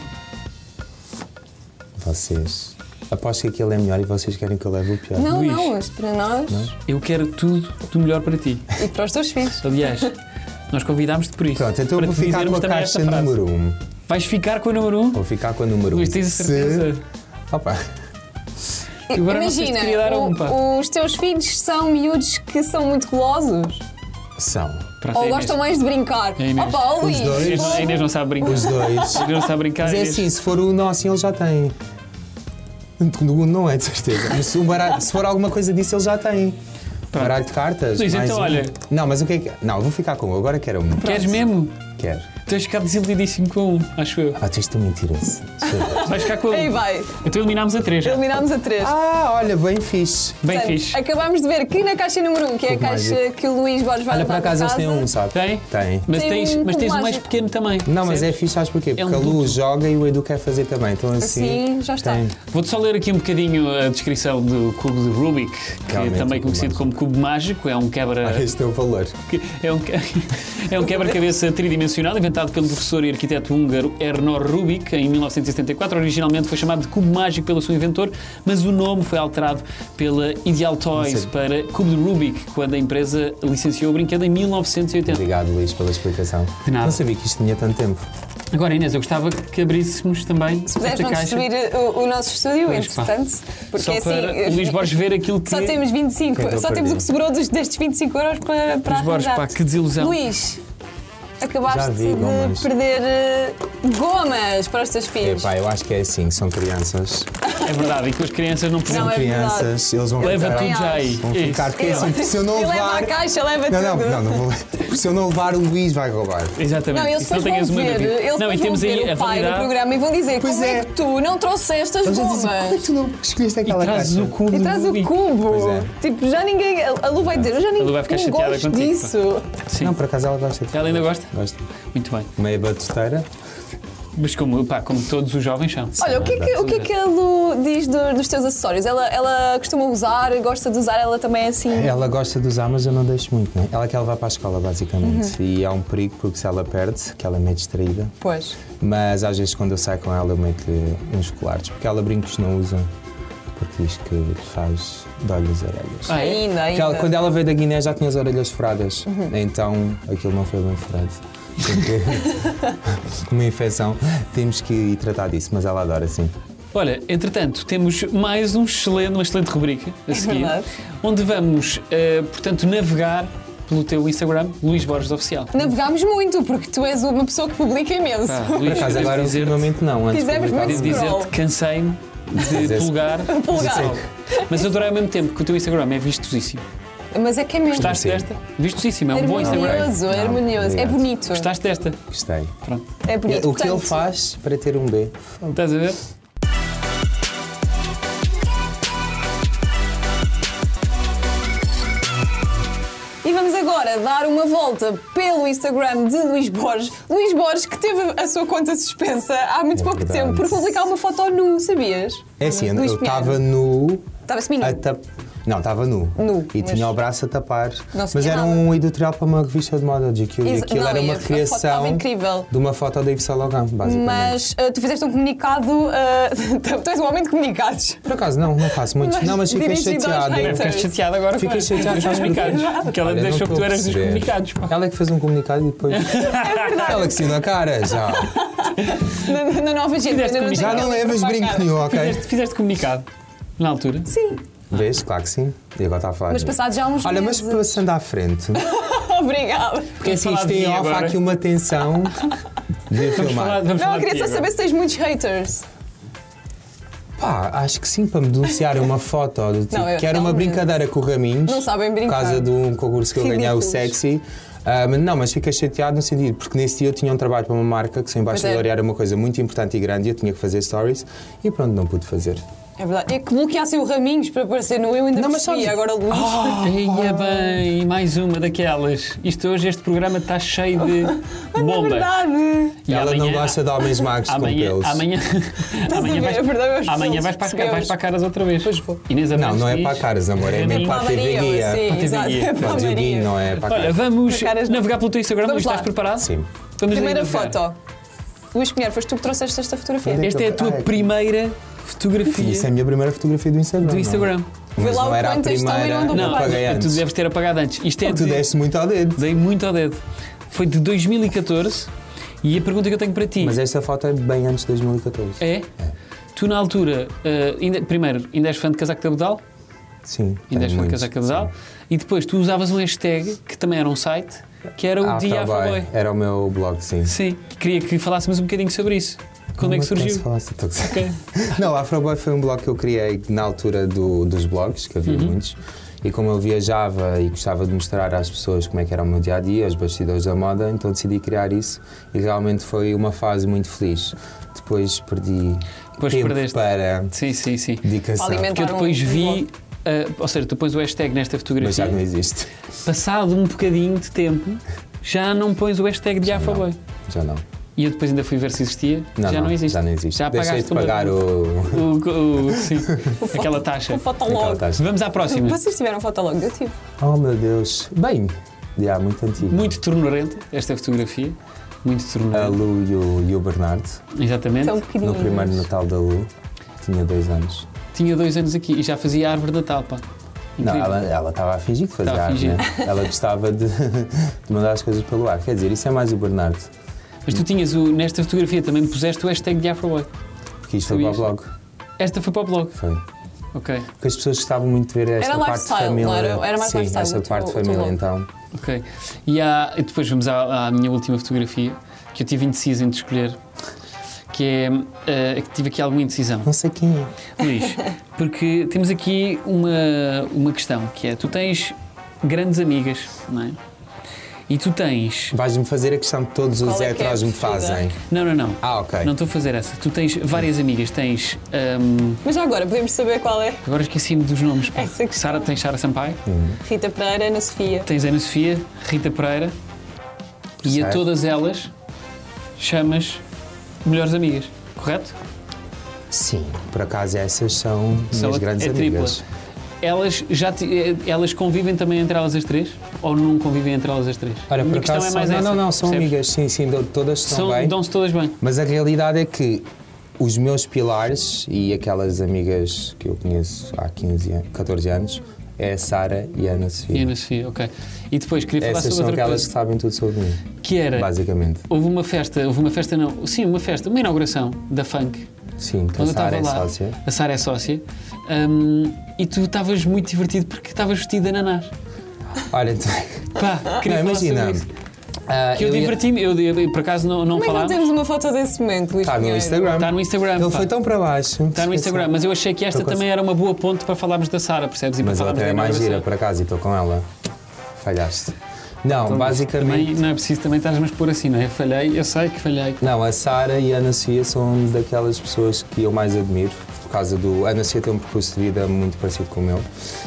Vocês. Aposto que aquilo é melhor e vocês querem que eu leve o pior. Não, Luís. não, mas para nós Eu quero tudo do melhor para ti. e para os teus filhos. Aliás, nós convidámos-te por isso. Pronto, então eu para vou te ficar dizermos com a também caixa esta frase. número um. Vais ficar com a número um? Vou ficar com a número um. Luís, tens a certeza? Se... Opa, Agora não sei se te Imagina, queria dar o- um, pá. os teus filhos são miúdos que são muito golosos. São. Pronto, Ou é a gostam Inês. mais de brincar? É a Inês. Opa, ó, Luís. Os dois. A Inês não- A Inês não sabe brincar. Os dois. A Inês não sabe brincar. Mas é Inês. assim, se for o não assim, ele já tem. No Uno não é, de certeza. Mas se, um baralho- se for alguma coisa disso, ele já tem. Pronto. Baralho de cartas. Luís, mais então, um. olha. Não, mas o que é que. Não, vou ficar com um. Agora quero um. Queres mesmo? Quero. Tu vais ficar desiludidíssimo com um, acho eu. Ah, tu és tão mentiroso. Vais ficar com um. Aí vai. Então eliminámos a três já. Eliminámos a três. Ah, olha, bem fixe. Bem Portanto, fixe. acabamos de ver que na caixa número um, que é a Cubo caixa mágico. que o Luís Borges vai Olha, por levar acaso para eles têm casa. um, sabe? Tem? Tem. Mas Tem tens, um mas tens cubo um mais mágico. pequeno também. Não, mas é percebes? fixe, sabes porquê? É um Porque a Lu duplo. joga e o Edu quer fazer também. Então assim. Assim, já está. Tem. Vou-te só ler aqui um bocadinho a descrição do cubo de Rubik, que Realmente, é também o cubo conhecido mágico. como cubo mágico. É um quebra... Olha, este é o valor. que- É um, é um quebra-cabeça tridimensional inventado pelo professor e arquiteto húngaro Ernő Rubik em mil novecentos e setenta e quatro. Originalmente foi chamado de cubo mágico pelo seu inventor, mas o nome foi alterado pela Ideal Toys Sim. para cubo de Rubik, quando a empresa licenciou o brinquedo em mil novecentos e oitenta. Obrigado, Luís, pela explicação. De nada. Não sabia que isto tinha tanto tempo. Agora, Inês, eu gostava que abríssemos também Se puderes esta não caixa. destruir o, o nosso estúdio, Pois, pá. entretanto. Porque Só assim. para o Luís Borges ver aquilo que... Só temos vinte e cinco, Que eu só temos o que perdi. sobrou dos, destes vinte e cinco euros para, para Luís Borges, arranjar. pá, que desilusão. Luís, Já acabaste vi de gomas. perder eh, gomas para os teus filhos. Epá, eu acho que é assim, são crianças. É verdade, e com as crianças não Não, podemos... é crianças, eles vão Leva ficar. tudo já aí. Vão ficar, porque Isso. assim, se eu não E leva levar. a caixa, leva Não, não, tudo. não, não vou. Se eu não levar, o Luís vai roubar. Exatamente. Não, eles Isso não depois tenhas vão uma ver, dúvida. eles Não, e depois temos vão aí ver a o pai no validar... programa e vão dizer Pois como é. é. que tu não trouxeste as Eles vão dizer, como é gomas. que tu não escolheste E aquela trazes caixa? o cubo E de traz o Rubik. cubo. Pois é. Tipo, já ninguém. A Lu vai dizer, eu já ninguém Lu vai ficar não chateada gosto contigo, pá. disso. Sim. Não, por acaso ela gosta. de- Ela ainda gosta? Gosta. Muito bem. Meia batuteira. Mas como, pá, como todos os jovens são. Olha, o que, é que, o que é que a Lu diz do- dos teus acessórios? Ela, ela costuma usar, gosta de usar, ela também é assim. Ela gosta de usar, mas eu não deixo muito, né? Ela quer levar para a escola, basicamente. Uhum. E é um perigo porque se ela perde, que ela é meio distraída. Pois. Mas às vezes quando eu saio com ela eu meto-lhe uns colares, porque ela brincos não usa, porque diz que lhe faz dói-lhe as orelhas. Ah, é? Ainda, Porque ainda. ela- quando ela veio da Guiné já tinha as orelhas furadas, Uhum. então aquilo não foi bem furado. Porque, uma infecção, temos que ir tratar disso, mas ela adora, sim. Olha, entretanto, temos mais um excelente, uma excelente rubrica a seguir, verdade. onde vamos, eh, portanto, navegar pelo teu Instagram, Luís Borges Oficial. Navegámos muito, porque tu és uma pessoa que publica imenso. Pá, Por Luís, acaso devo agora dizer-te- ultimamente não, antes Fizemos publicava muito devo mais. scroll. dizer-te, cansei-me de Fizeste. pulgar. Pulgar. Mas adorei ao mesmo tempo que o teu Instagram é vistosíssimo. Mas é que é mesmo. Gostaste Sim. desta? Vistosíssimo, é um bom Instagram. Harmonioso, Não, harmonioso. É obrigado. bonito. Gostaste desta? Gostei. Pronto. É bonito. O que ele Portanto, faz para ter um B? Estás a ver? E vamos agora dar uma volta pelo Instagram de Luís Borges. Luís Borges, que teve a sua conta suspensa há muito É pouco verdade. tempo por publicar uma foto nu, sabias? É assim, Luís eu Pinheiro. estava nu. Estava seminu. a tap... Não, estava nu. Nu, E mas- tinha o braço a tapar. Não se Mas via era nada. um editorial para uma revista de moda de G Q. E Exa- aquilo não, era e uma a- a foto estava recriação incrível. de uma foto da Yves Saint Laurent, basicamente. Mas uh, tu fizeste um comunicado. Uh, tu és um homem de comunicados. Por acaso, não, não faço muito. Mas Não, mas fiquei dirigido aos chateado. haters. Ficaste chateado agora Fiquei com chateado, dos sabes porquê? comunicados. Porque ela Olha, não deixou que estou tu a eras dos perceber. comunicados. Pá. Ela é que fez um comunicado e depois. É verdade. Ela que saiu na cara, já. Na, na nova gente. Fizeste ainda não Já sei não quem é levas para brinco pagar. nenhum, ok? Fizeste, fizeste comunicado na altura? Sim, Vês? Claro que sim. E agora está a falar. mas disso. passados já uns Olha, mas meses. passando à frente. Obrigada. Porque assim, falar isto de tem mim off, há agora. aqui uma tensão de Vamos filmar. falar, vamos Não, falar eu queria de só ti saber agora. se tens muitos haters. Pá, acho que sim, para me denunciarem uma foto do tipo, Não, eu que era uma realmente- brincadeira com o Raminhos. Não sabem brincar. Por causa de um concurso que eu ganhei, o Ridículos. Sexy. Ah, mas não, mas fiquei chateado no sentido, porque nesse dia eu tinha um trabalho para uma marca que, sem embaixador, Pois é. era uma coisa muito importante e grande e eu tinha que fazer stories e pronto, não pude fazer. É verdade. É que bloqueassem o Raminhos para aparecer no Eu ainda Não, mas percebi. sabes- Agora o Luís. Eia bem, mais uma daquelas. Isto hoje, este programa está cheio de É bomba. verdade. E ela não amanhã- gosta de homens magros com Amanhã, pelos. amanhã, a amanhã, ver? vais, É verdade, meus amanhã pelos, vais, para, as- percebemos. vais para a caras outra vez. Inês Não, Abrantes não é diz- para a caras, amor, é mesmo para a T V Maria, Guia. sim, Para a T V exato. Guia. É para a Para o Dioguinho, Maria. não é para a Olha, cara. vamos Para caras- navegar pelo teu Instagram. Vamos Luís, estás lá. preparado? Sim. Vamos Primeira navegar. foto. Luís Pinheiro, foste tu que trouxeste esta fotografia. Onde é Esta é a tua Ai, primeira fotografia Isso é a minha primeira fotografia do Instagram. do não é? Instagram. Vê Mas lá não o era a quantas estão e primeira, não andam não para paguei baixo. tu antes. deves ter apagado antes. Isto é Tu de, deste muito ao dedo. dei muito ao dedo. Foi de dois mil e catorze e a pergunta que eu tenho para ti Mas esta foto é bem antes de dois mil e catorze. é: tu na altura, eh, ainda- primeiro, ainda és fã de casaco de abdal? Sim, Ainda és tenho fã de muitos, casaca de casal. E depois tu usavas um hashtag, que também era um site, que era o Ah, Dia Afroboy. Afroboy. Era o meu blog, sim. Sim, queria que falássemos um bocadinho sobre isso. Quando é que Não, mas surgiu? posso falar, se tu- Ok. Não, o Afroboy foi um blog que eu criei na altura do- dos blogs, que havia Uhum. muitos. E como eu viajava e gostava de mostrar às pessoas como é que era o meu dia-a-dia, os bastidores da moda, então decidi criar isso e realmente foi uma fase muito feliz. Depois perdi Depois tempo perdeste. para Sim, sim, sim. dedicação. Alimentar. Porque eu depois um- um vi, blog. uh, ou seja, tu pões o hashtag nesta Mas fotografia, já não existe. passado um bocadinho de tempo, já não pões o hashtag de Já Afroboy. Já não. E eu depois ainda fui ver se existia, Não, já não, existe. Já não existe. Já Deixei pagaste de pagar uma- o... o, o- sim, aquela taxa. O aquela Fotolog. taxa. Vamos à próxima. Vocês tiveram Fotolog? Eu tive. Oh meu Deus. Bem, já, muito antigo. Muito tornorenta, esta fotografia. Muito A tornorenta. Lu e o, e o Bernardo, Exatamente. São no pequenininhos. primeiro Natal da Lu, tinha dois anos. Tinha dois anos aqui e já fazia a árvore de Natal, pá. Não, Incrível. ela ela estava a fingir que fazia Estava a arte, fingir. né? Ela gostava de, de mandar as coisas pelo ar. Quer dizer, isso é mais o Bernardo, Mas tu tinhas, o, nesta fotografia também puseste o hashtag de Afroboy. porque isto foi para o Sabias? blog. Esta foi para o blog. Foi. Ok, Porque as pessoas gostavam muito de ver esta Era parte de lifestyle, família. não era? Era mais Sim, lifestyle essa o teu- parte de o teu família, blog. então. ok. E, há, e depois vamos à, à minha última fotografia, que eu tive indeciso em de escolher, que é eh, que tive aqui alguma indecisão. Não sei quem é. Luís, porque temos aqui uma, uma questão, que é, tu tens grandes amigas, não é? E tu tens... Vais-me fazer a questão que todos Qual os é que é a heteros me preferida? fazem. Não, não, não. Ah, ok. Não estou a fazer essa. Tu tens várias amigas, tens... hum, Mas já agora, podemos saber qual é? agora esqueci-me dos nomes. pá. Essa questão. Sara, tens Sara Sampaio, Rita Pereira, Ana Sofia. tens Ana Sofia, Rita Pereira e a Certo. todas elas chamas melhores amigas, correto? Sim, por acaso essas são São minhas a- grandes é tripla. amigas. Elas, já te- eh, elas convivem também entre elas as três? Ou não convivem entre elas as três? Olha, a minha por questão acaso é mais são, essa. não, não, não, são percebes? amigas, sim, sim, do- todas estão São, bem. dão-se todas bem. Mas a realidade é que os meus pilares e aquelas amigas que eu conheço há quinze, an- catorze anos é a Sara e a Ana Sofia. E Ana Sofia, ok. E depois queria falar Essas sobre são outra aquelas coisa, que sabem tudo sobre mim, que era, basicamente. houve uma festa, houve uma festa não, sim, uma festa, uma inauguração da Funk, Sim, que a onde eu Sara estava é lá, sócia. a Sara é sócia, hum, e tu estavas muito divertido porque estavas vestido de ananás. Olha, tu- Pá, queria não, falar sobre imagina. isso. ah, Que eu, eu ia- diverti-me, eu, eu, por acaso não, não Como é que não falámos. temos uma foto desse momento, Luís Está no Pinheiro? Instagram. Está no Instagram. Ele pá. foi tão para baixo. Está no Instagram, mas eu achei que esta Estou com- também era uma boa ponte para falarmos da Sara, percebes? E para Mas ela falarmos até é da mais inauguração. gira, por acaso, e estou com ela. Falhaste. Não, Então, basicamente... Também, não é preciso também estás-me a expor assim, não é? Falhei, eu sei que falhei. Não, a Sara e a Ana Sofia são daquelas pessoas que eu mais admiro, por causa do... A Ana Sofia tem um percurso de vida muito parecido com o meu.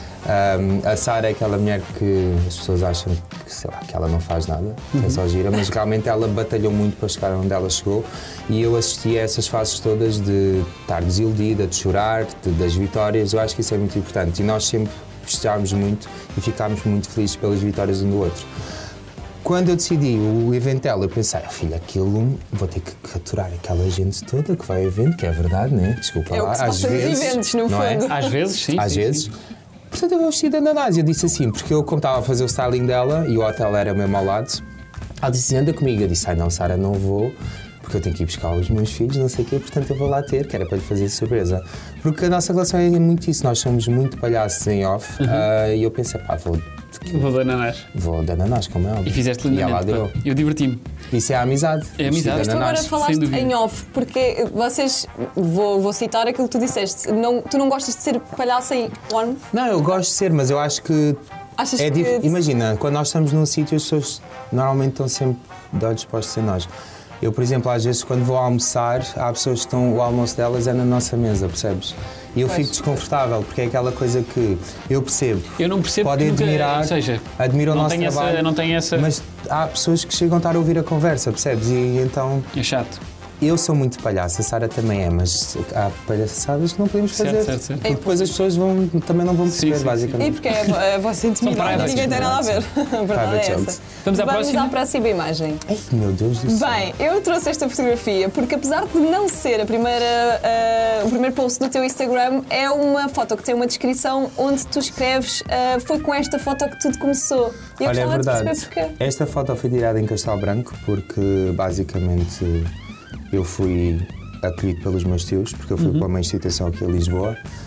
Um, a Sara é aquela mulher que as pessoas acham que, sei lá, que ela não faz nada, que é só gira, mas realmente ela batalhou muito para chegar onde ela chegou e eu assisti a essas fases todas de estar desiludida, de chorar, de- das vitórias. Eu acho que isso é muito importante e nós sempre festejámos muito e ficámos muito felizes pelas vitórias um do outro. Quando eu decidi o evento dela, eu pensei, oh, filha, aquilo vou ter que capturar aquela gente toda que vai ao evento, que é verdade, né? Desculpa É o lá, que se às passa nos vezes. eventos, no não é? fundo. Às vezes, sim. Às sim, vezes. sim. Portanto, eu vou vestida de ananás. Eu disse assim, porque eu, como estava a fazer o styling dela e o hotel era mesmo ao lado, ela disse, anda comigo. Eu disse, ai não, Sara, não vou, porque eu tenho que ir buscar os meus filhos, não sei o quê, portanto eu vou lá ter, que era para lhe fazer surpresa. Porque a nossa relação é muito isso, nós somos muito palhaços em off, ah, e eu pensei, pá, vou, Vou dar ananás. vou de ananás, como é óbvio. E fizeste E ela lindamente. adorou. pá. Eu diverti-me. Isso é a amizade. É a amizade. Vestido Mas de Tu agora ananás. falaste sem dúvida. em off, porque vocês, vou, vou citar aquilo que tu disseste, não, tu não gostas de ser palhaço em on? Não, eu gosto de ser, mas eu acho que Achas é que... dif... Imagina, quando nós estamos num sítio, as pessoas normalmente estão sempre de olhos postos em nós. Eu, por exemplo, às vezes quando vou almoçar, há pessoas que estão, o almoço delas é na nossa mesa, percebes? E eu Pois. fico desconfortável, porque é aquela coisa que eu percebo. Eu não percebo Podem que nunca- admirar, ou seja, admiram o não nosso tem essa- trabalho, não tem essa- mas há pessoas que chegam a estar a ouvir a conversa, percebes? E então, É chato. eu sou muito palhaço, a Sara também é, mas há palhaçadas que não podemos Certo, fazer. certo, certo. Porque depois as pessoas vão, também não vão perceber, Sim, sim, basicamente. E porque é a vossa intimidade, privates, ninguém tem nada a ver. A verdade Private é jokes. essa. Vamos à Vamos próxima? à próxima imagem. Ai, meu Deus do céu. Bem, eu trouxe esta fotografia porque, apesar de não ser a primeira, ah, o primeiro post do teu Instagram, é uma foto que tem uma descrição onde tu escreves ah, foi com esta foto que tudo começou. E eu Olha, é gostava de verdade. perceber porquê. Esta foto foi tirada em Castelo Branco porque, basicamente, eu fui acolhido pelos meus tios, porque eu fui para uma instituição aqui em Lisboa.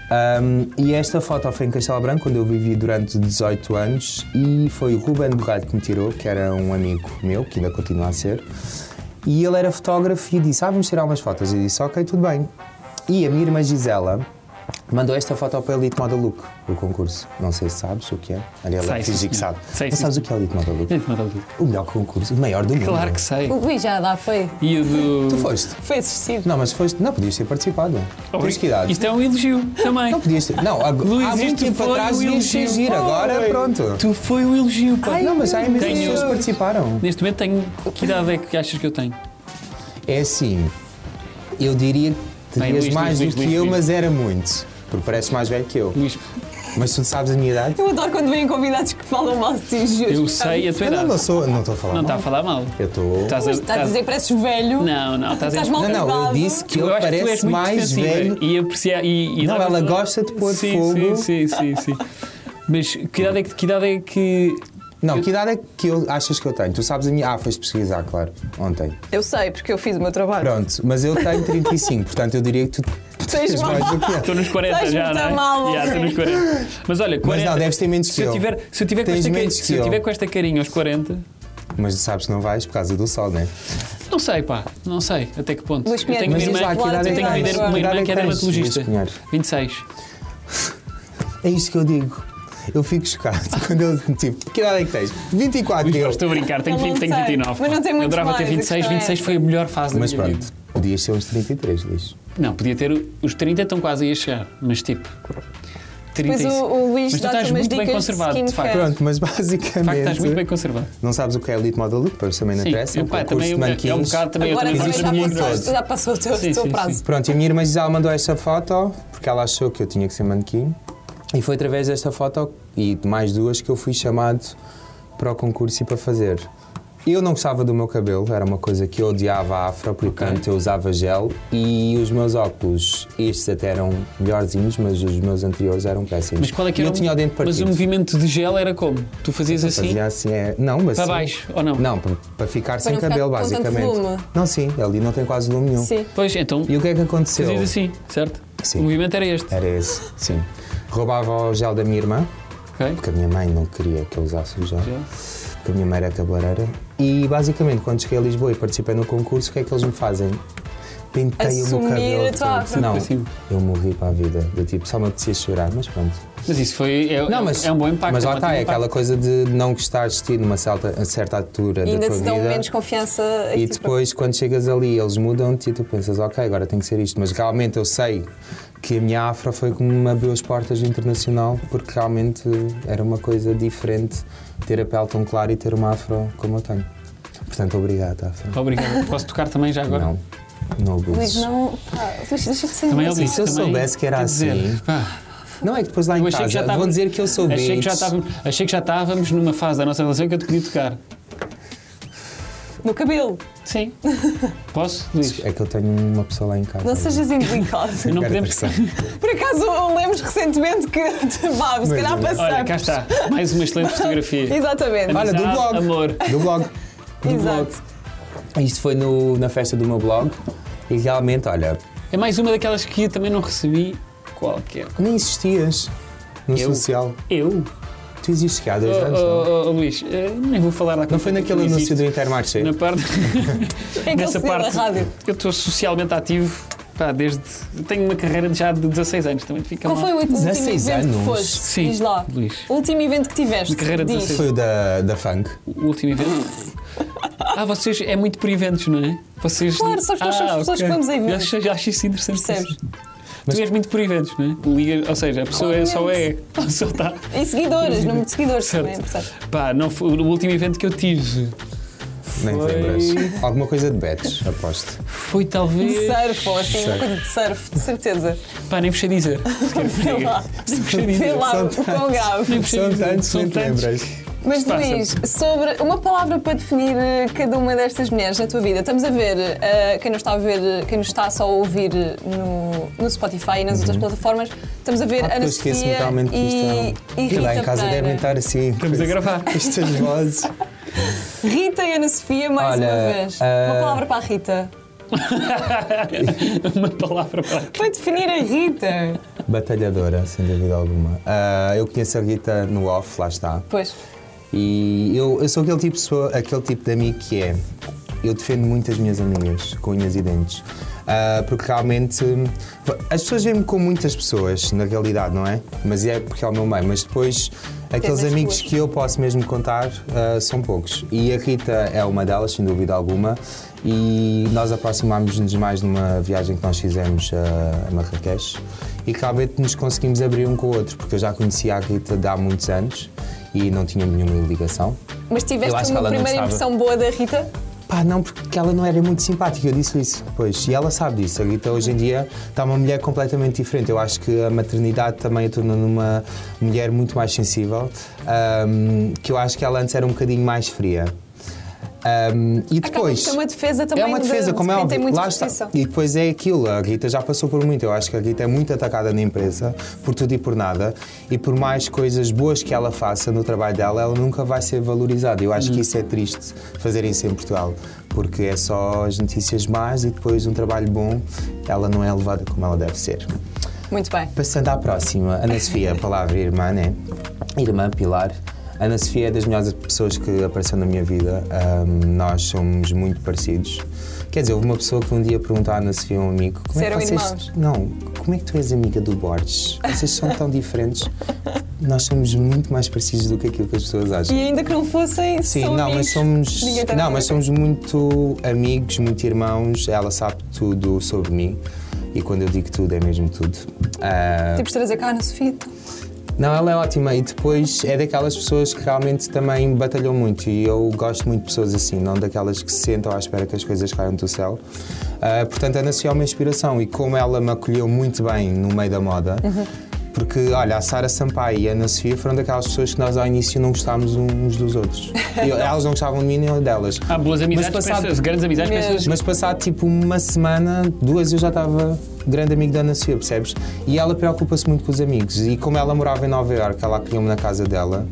Um, e esta foto foi em Castelo Branco, quando eu vivi durante dezoito anos, e foi o Ruben Borralho que me tirou, que era um amigo meu, que ainda continua a ser, e ele era fotógrafo e disse, ah, vamos tirar umas fotos. E eu disse, ok, tudo bem. E a minha irmã Gisela mandou esta foto para o Elite Model Look, o concurso. Não sei se sabes o que é. Olha, ela Sei, finge sim, que sabe. sei, Não sim, sabes sim. o que é o Elite Model Look? Elite Model Look. O melhor concurso, o maior do mundo. Claro que sei. O Luís já dá, foi. E o do... Tu foste? Foi assistido. Não, mas foste. Não, podias ter participado. Tens que idade? Isto é um elogio também. Não podias ter. Não, há, Luís, há muito isto tempo foi atrás um devias ter elogio. giro. Agora, Foi. pronto. Tu foi um elogio, pá. Não, mas há imensas Tenho- pessoas que participaram. Neste momento tenho... Que idade é que achas que eu tenho? É assim, eu diria que Bem, terias Luís, mais Luís, do Luís, que eu, Luís. mas era muito. Porque pareces mais velho que eu. Luís, Mas tu sabes a minha idade? Eu adoro quando vêm convidados que falam mal de ti, juro. eu sei a tua Eu não, idade. não sou, não estou a falar Não está mal. a falar mal. Eu estou... Estás Mas está a dizer que pareces velho. Não, não, estás a Estás mal Não, não, eu acabado. disse que Eu ele acho que tu és parece muito mais defensiva velho. e apreciar e, e Não, levas- ela gosta de pôr sim, fogo. Sim, sim, sim, sim. Mas que idade é que, que idade é que Não, que idade é que eu, achas que eu tenho? Tu sabes a minha... Ah, foste pesquisar, claro, ontem. Eu sei, porque eu fiz o meu trabalho. Pronto, mas eu tenho trinta e cinco, portanto eu diria que tu Tens tens mais mal. do que eu. estou nos quarenta Estás já, muito não é? mal, Já, estou nos quarenta. Mas olha, quarenta. Mas não, deves ter menos que se eu. eu. Tiver, se eu tiver, com Tens esta, ca- menos que se eu eu. tiver com esta carinha aos quarenta, Mas sabes que não vais por causa do sol, não é? não sei, pá, não sei até que ponto. Luís Eu tenho Pinheiro, uma Mas diz irmã, lá, que idade eu é tenho que uma, tens? irmã- uma Que idade irmã é que é que tens, dermatologista. Luís Pinheiro? vinte e seis. É isto que eu digo. Eu fico chocado quando eu, tipo, que idade é que tens? vinte e quatro, Luís, eu. Estou a brincar, tenho, Eu não vinte, tenho sei, vinte e nove. mas não tem Eu muitos adorava ter mais, a vinte e seis, questão é vinte e seis essa. foi a melhor fase da Mas minha pronto, vida. podias ser uns trinta e três, Luís. Não, podia ter. Os trinta estão quase aí a chegar, mas tipo. trinta Depois e cinco. o, o Luís Mas tu dá-te estás umas muito bem dicas conservado, de de facto. skincare. Pronto, mas De facto, basicamente. estás muito bem conservado. Não sabes o que é Elite Model Look, pois também não Sim, interessa. eu, um pá, concurso também de é um- manequins. é um bocado também. Eu Agora também existe também no já mundo passaste, todo. já passou o teu, Sim, o teu sim, prazo. sim. Pronto, e a minha irmã Gisela mandou esta foto porque ela achou que eu tinha que ser manequim e foi através desta foto e de mais duas que eu fui chamado para o concurso e para fazer. Eu não gostava do meu cabelo, era uma coisa que eu odiava a afro, portanto Ok. eu usava gel e os meus óculos, estes até eram melhorzinhos, mas os meus anteriores eram péssimos. Mas qual é que E era eu o- tinha o dente Mas partido. o movimento de gel era como? Tu fazias assim, Fazia assim, é... Não, mas para sim. baixo, ou não? Não, para, para ficar sem não ficar cabelo, com tanto basicamente. volume. Não, sim, ali não tem quase volume nenhum. Sim. Pois, então E o que é que aconteceu? fazias assim, certo? Sim. O movimento era este. Era esse, sim. Roubava o gel da minha irmã, Ok? porque a minha mãe não queria que eu usasse o gel, Gel. porque a minha mãe era cabeleireira. E basicamente, quando cheguei a Lisboa e participei no concurso, o que é que eles me fazem? Pentei o meu Assumir cabelo a tua todo. Não, Para cima. eu morri para a vida, do tipo, só me apetecia chorar, mas pronto. Mas isso foi. É, Não, é- mas, é um bom impacto. mas lá um está, ótimo é impacto. aquela coisa de não gostar de ti numa certa, a certa altura E da ainda tua te dão vida. menos confiança. a E ti depois, quando chegas ali, eles mudam-te e tu pensas, ok, agora tem que ser isto. Mas realmente eu sei que a minha afro foi como me abriu as portas do internacional, porque realmente era uma coisa diferente ter a pele tão clara e ter uma afro como eu tenho. Portanto, obrigado, afro. Obrigado. Posso tocar também já agora? Não, não próprio. Luís, abuses. não. Pá, Luís, deixa de ser Também assim. ele disse. se eu também, soubesse que era quer dizer, assim- pá, Não, é que depois lá em eu achei que já casa estava- vão dizer que eu sou achei que, já bitch. estávamos, achei que já estávamos numa fase da nossa relação que eu te podia tocar. No cabelo. Sim. Posso, Luís? É que eu tenho uma pessoa lá em casa. Não sejas indelicado. Não Quero podemos. atenção. Por acaso lemos recentemente que. Vá, se calhar passamos. Olha, cá está. Mais uma excelente fotografia. Exatamente. Olha, do Amizade, blog. amor. Do blog. Do blog. Exato. Isto foi no, na festa do meu blog e realmente, olha, É mais uma daquelas que eu também não recebi qualquer. nem existias no Eu? social. Eu? Tu existes que há Oh, dois anos, não? oh, oh, Luís, eh, nem vou falar lá Não foi naquele não anúncio existe. do Intermarché? Na parte. É que Nessa ele se deu parte. da rádio. Eu estou socialmente ativo. Pá, desde. Eu tenho uma carreira de já de dezasseis anos, também te fica Qual mal. foi o último dezasseis evento que anos? foste? Sim, Diz lá. Luís. O último evento que tiveste. De carreira de Diz. dezasseis. Foi o da, da funk. O último evento. Ah, vocês é muito por eventos, não é? Vocês. Claro, sabes que nós somos Ah, pessoas ok. que vamos a eventos. Eu acho, acho isso interessante. Percebes? Tu és muito por eventos, não é? Liga, ou seja, a pessoa é, só é. Só está. E seguidores, número de seguidores Certo. também, portanto. Pá, não foi, o último evento que eu tive Nem te Foi- lembras? Alguma coisa de bets, aposto. foi De talvez. surf ou assim, uma Surf. coisa de surf, de certeza. Pá, nem vos sei dizer. Vê lá. Nem vos sei Vê dizer. lá São o quão grave. Nem vos sei São dizer. tantos, São nem te tantos. lembras. Mas Passa. Luís, sobre uma palavra para definir eh, cada uma destas mulheres na tua vida. Estamos a ver, eh, quem nos está a ver, eh, quem nos está só a ouvir eh, no, no Spotify e nas outras plataformas, estamos a ver Ah, porque Ana eu esqueço Sofia totalmente que isto é e, um- e Que lá Rita em casa Pereira. devem estar assim. Estamos a gravar. Estas vozes. Rita e Ana Sofia, mais Olha, uma vez. eh, Uma palavra para a Rita. Uma palavra para. Para definir a Rita. Batalhadora, sem dúvida alguma. Uh, eu conheço a Rita no off, lá está. Pois. E eu, eu sou aquele tipo, de pessoa, aquele tipo de amigo que é... Eu defendo muito as minhas amigas, com unhas e dentes. Uh, porque realmente... As pessoas veem-me com muitas pessoas, na realidade, não é? Mas é porque é o meu meio. Mas depois, aqueles Tens as amigos tuas. que eu posso mesmo contar uh, são poucos. E a Rita é uma delas, sem dúvida alguma. E nós aproximámos-nos mais numa viagem que nós fizemos a, a Marrakech. E realmente nos conseguimos abrir um com o outro. Porque eu já conhecia a Rita de há muitos anos e não tinha nenhuma ligação. Mas Eu acho tiveste que uma ela não primeira gostava. impressão boa da Rita? Pá, não, porque ela não era muito simpática, eu disse isso depois. E ela sabe disso. A Rita hoje em dia está uma mulher completamente diferente. Eu acho que a maternidade também a torna numa mulher muito mais sensível. Um, que eu acho que ela antes era um bocadinho mais fria. Um, e Acaba por depois. ser uma defesa também É uma defesa, de, como de é quem tem óbvio. muita Lá está. justiça. E depois é aquilo, a Rita já passou por muito. Eu acho que a Rita é muito atacada na imprensa, por tudo e por nada. E por mais coisas boas que ela faça no trabalho dela, ela nunca vai ser valorizada. Eu acho que isso é triste, fazerem isso em Portugal. Porque é só as notícias más e depois um trabalho bom, ela não é levada como ela deve ser. Muito bem. Passando à próxima, Ana Sofia, a palavra irmã, né? Irmã, Pilar. Ana Sofia é das melhores pessoas que apareceu na minha vida. Um, nós somos muito parecidos. Quer dizer, houve uma pessoa que um dia perguntou à Ana Sofia, um amigo, como Se é que eram vocês... irmãos? Não, como é que tu és amiga do Borges? Vocês são tão diferentes. Nós somos muito mais parecidos do que aquilo que as pessoas acham. E ainda que não fossem, Sim, são não, amigos. mas somos, Ninguém tem não, nada a mas ver. somos muito amigos, muito irmãos. Ela sabe tudo sobre mim e quando eu digo tudo é mesmo tudo. Ah, Tipo, trazer cá a Ana Sofia. não, ela é ótima e depois é daquelas pessoas que realmente também batalhou muito e eu gosto muito de pessoas assim, não daquelas que se sentam à espera que as coisas caiam do céu. Ah, portanto, a Ana Sofia é uma inspiração e como ela me acolheu muito bem no meio da moda. Uhum. Porque, olha, a Sara Sampaio e a Ana Sofia foram daquelas pessoas que nós ao início não gostávamos uns dos outros. E elas não gostavam de mim nem eu delas. Há boas amizades, Mas passado- pessoas, grandes amizades, Mesmo. pessoas. Mas passado tipo uma semana, duas, eu já estava grande amigo da Ana Sofia, percebes? E ela preocupa-se muito com os amigos. E como ela morava em Nova Iorque, ela acolheu-me na casa dela.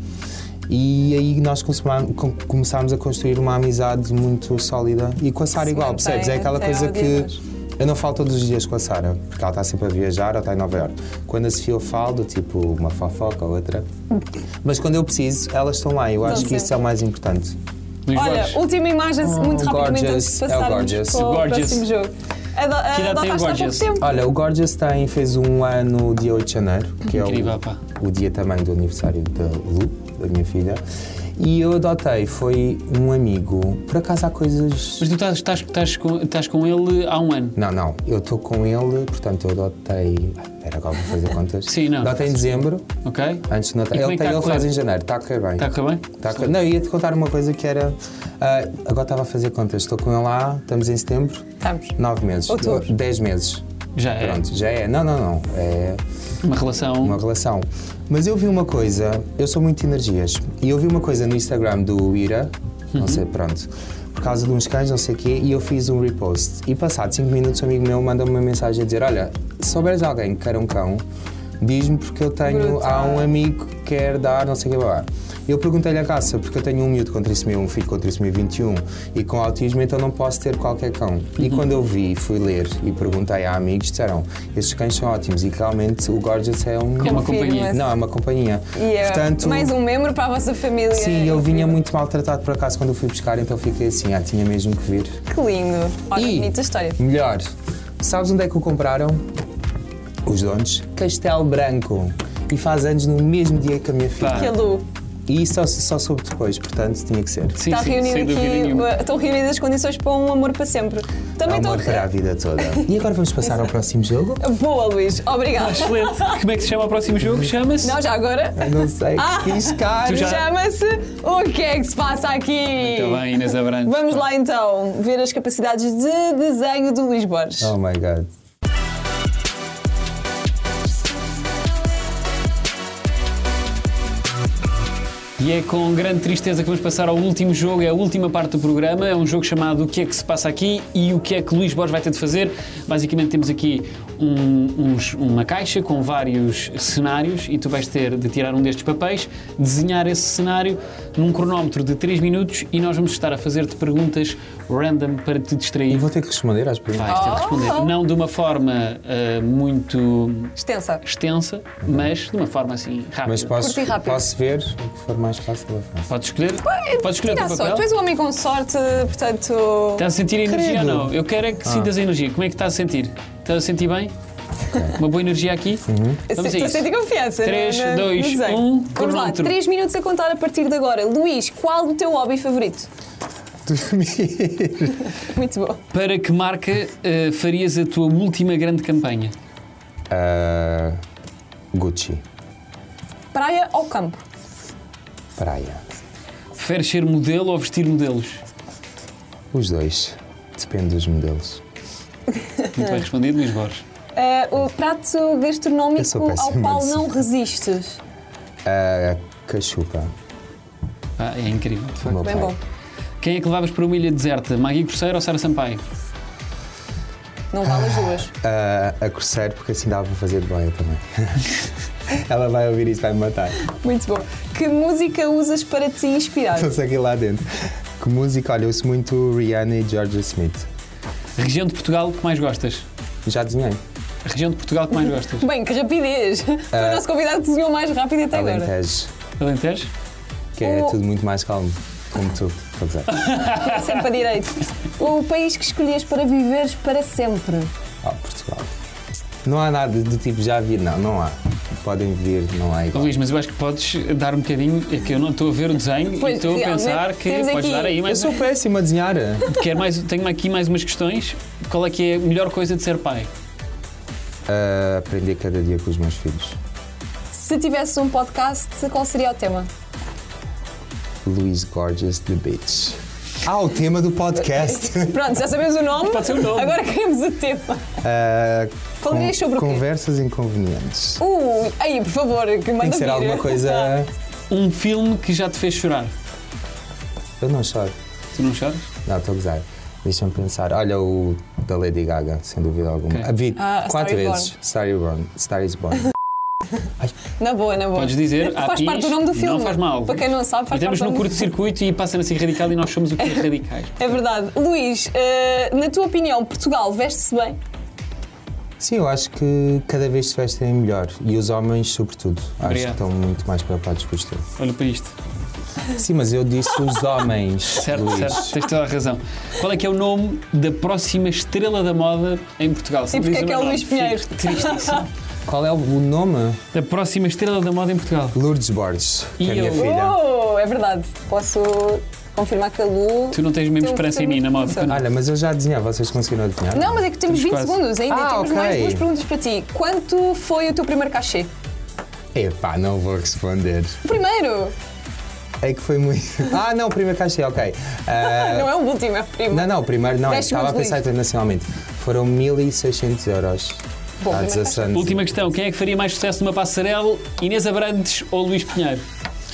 E aí nós começámos- com- começámos a construir uma amizade muito sólida. E com a Sara Se igual, mantém percebes? É aquela até coisa ao dia que... de hoje. Eu não falo todos os dias com a Sara, porque ela está sempre a viajar ou está em Nova Iorque. Quando a Sofia eu falo, do tipo uma fofoca ou outra. Mas quando eu preciso, elas estão lá. Eu acho Estão que isso é o mais importante. Luís Olha, Borges. última imagem, muito Oh, rapidamente, gorgeous. antes de É o passarmos gorgeous. para o Gorgeous. próximo jogo. A, do, a Que idade tem o Dota está há pouco Gorgeous? tempo. Olha, o Gorgeous tem, fez um ano dia oito de janeiro, que Incrível, é pá. o, o dia também do aniversário da Lu, da minha filha. E eu adotei, foi um amigo. Por acaso há coisas. Mas tu estás, estás, estás, com, estás com ele há um ano. Não, não, eu estou com ele, portanto eu adotei. Ah, Espera, agora vou fazer contas. Sim, não. Adotei em dezembro, Ok? antes de Natal. E como Ele, é que tem, está a ele faz correr? em janeiro, está a correr bem. Está a correr bem? Tá a correr- Não, eu ia-te contar uma coisa que era. ah, agora estava a fazer contas, estou com ele lá, estamos em setembro, Estamos. nove meses. Outubro. dez meses. Já é. Pronto, já é. Não, não, não. É. Uma relação. uma relação. Mas eu vi uma coisa, eu sou muito de energias, e eu vi uma coisa no Instagram do Ira, não sei, pronto, por causa de uns cães, não sei o quê, e eu fiz um repost. E passado cinco minutos, um amigo meu manda-me uma mensagem a dizer: olha, se souberes alguém que quer um cão, diz-me porque eu tenho. Brutal. Há um amigo que quer dar, não sei o que lá. Eu perguntei-lhe a raça, porque eu tenho um miúdo com trissomia, um filho com trissomia vinte e um e com autismo, então não posso ter qualquer cão. E quando eu vi, fui ler e perguntei a amigos, disseram: estes cães são ótimos, e realmente o Gorgeous é um. É uma Confirma-se. companhia. Não, é uma companhia. E é Portanto, mais um membro para a vossa família. sim, ele vinha muito maltratado por acaso quando eu fui buscar, então fiquei assim, ah, tinha mesmo que vir. Que lindo. Olha, E- bonita história. Melhor, sabes onde é que o compraram? Os donos? Castelo Branco. E faz anos no mesmo dia que a minha filha. Pá. Que a Lu. E só, só soube depois, portanto tinha que ser. Sim, Está sim, reunido sem dúvida aqui, nenhuma. uh, estão reunidas as condições para um amor para sempre. Também Amor estão. para a vida toda. E agora vamos passar ao próximo jogo? Boa, Luís. Obrigada. Excelente. Como é que se chama o próximo jogo? Chama-se. Não, já agora. Eu não sei. Ah, Riscar. tu já- Chama-se O que é que se passa aqui? Muito bem, Inês Abrantes. Vamos lá então ver as capacidades de desenho do Luís Borges. Oh my god. E é com grande tristeza que vamos passar ao último jogo, é a última parte do programa. É um jogo chamado O que é que se passa aqui e o que é que Luís Borges vai ter de fazer. Basicamente temos aqui um- uns- uma caixa com vários cenários e tu vais ter de tirar um destes papéis, desenhar esse cenário num cronómetro de três minutos e nós vamos estar a fazer-te perguntas random para te E distrair. vou ter que responder às perguntas. Vais ter de responder. Não de uma forma ah, muito Extensa. extensa, mas de uma forma assim rápida. Mas posso, Curto e rápido. posso ver o que for mais fácil eu faço. Podes escolher? Podes escolher o Tira teu a sorte. papel? Tu és um homem com sorte, portanto. Estás a sentir a energia Credo. ou não? Eu quero é que sintas a energia. Como é que estás a sentir? Estás a sentir bem? Uma boa energia aqui? Vamos a Estou a isso. sentir confiança. três, no- no- no dois, desenho. um, Vamos lá, cronómetro. três minutos a contar a partir de agora. Luís, qual o teu hobby favorito? Dormir. Muito bom. Para que marca eh, farias a tua última grande campanha? Ah, Gucci. Praia ou campo? Praia. Preferes ser modelo ou vestir modelos? Os dois. Depende dos modelos. Muito bem respondido, Luís Borges. Eh, o prato Eu gastronómico sou ao péssimo qual nisso. não resistes? Ah, cachupa. Ah, é incrível, de O facto. meu Bem pai. bom. Quem é que levavas para uma ilha deserta? Magui Corseiro ou Sara Sampaio? Não vale as duas. Ah, a Corsair, porque assim dava para fazer de boia também. Ela vai ouvir isso e vai me matar. Muito bom. Que música usas para te inspirar? Estou aqui lá dentro. Que música? Olha, eu ouço muito Rihanna e Georgia Smith. Região de Portugal que mais gostas? Já desenhei. A região de Portugal que mais gostas? Bem, que rapidez! Foi o nosso convidado que desenhou mais rápido até agora. Alentejo. Alentejo? Que é O- tudo muito mais calmo. Como tu. Estou a dizer. Sempre a direito. O país que escolhias para viveres para sempre? Ah, Portugal. Não há nada do tipo já vi. Não, não há. Podem vir, não há Oh, igual. Luís, mas eu acho que podes dar um bocadinho. É que eu não estou a ver o desenho Pois, e estou a realmente, pensar que temos podes aqui- dar aí Eu mais. sou péssimo a desenhar. Quero mais, tenho aqui mais umas questões. Qual é que é a melhor coisa de ser pai? Ah, aprender cada dia com os meus filhos. Se tivesse um podcast, qual seria o tema? Luís Gorgeous The Beach. Ah, o tema do podcast. Pronto, já sabemos o nome. Pode ser o nome. Agora queremos o tema. Ah, Falarias sobre o quê? Conversas inconvenientes. Uh, aí, por favor, que manda Tem que ser vir. alguma coisa. Um filme que já te fez chorar. Eu não choro. Tu não choras? Não, estou a gozar. Deixa-me pensar. Olha o da Lady Gaga, sem dúvida alguma. Ok. Ah, vi Ah, quatro Star is vezes. Star is Born. Star is Born. Na boa, na boa. Podes dizer. há Faz pis, parte do nome do filme. Não faz mal. Para quem não sabe, faz Estamos parte do num nome do curto-circuito e passa-nos assim radical e nós somos o que é radicais. É verdade. Luís, eh, na tua opinião, Portugal veste-se bem? Sim, eu acho que cada vez se vestem melhor. E os homens, sobretudo. Acho Obrigado. que estão muito mais preocupados com isto. Olha para isto. Sim, mas eu disse os homens. Certo, Luís. certo. Tens toda a razão. Qual é que é o nome da próxima estrela da moda em Portugal? Se E me porquê diz o que é o meu Luís nome, Pinheiro? fico tristíssimo. Qual é o nome? Da próxima estrela da moda em Portugal. Lourdes Borges, que é a E minha eu? filha. Oh, é verdade. Posso confirmar que a Lu... Tu não tens mesmo Tem um esperança em mim na moda. futuro. pois não? Olha, mas eu já desenhei, vocês conseguiram adivinhar? Não, mas é que temos Estamos vinte quase. segundos ainda. Ah, temos ok. mais duas perguntas para ti. Quanto foi o teu primeiro cachê? Epá, não vou responder. O primeiro! É que foi muito. Ah, não, o primeiro cachê, ok. Ah, Não é o último, é o primeiro. não, não, o primeiro não, dez estava a segundos pensar livre. internacionalmente. Foram mil e seiscentos euros. Bom, Há primeiro dezasseis anos. Última questão. Quem é que faria mais sucesso numa passarela? Inês Abrantes ou Luís Pinheiro?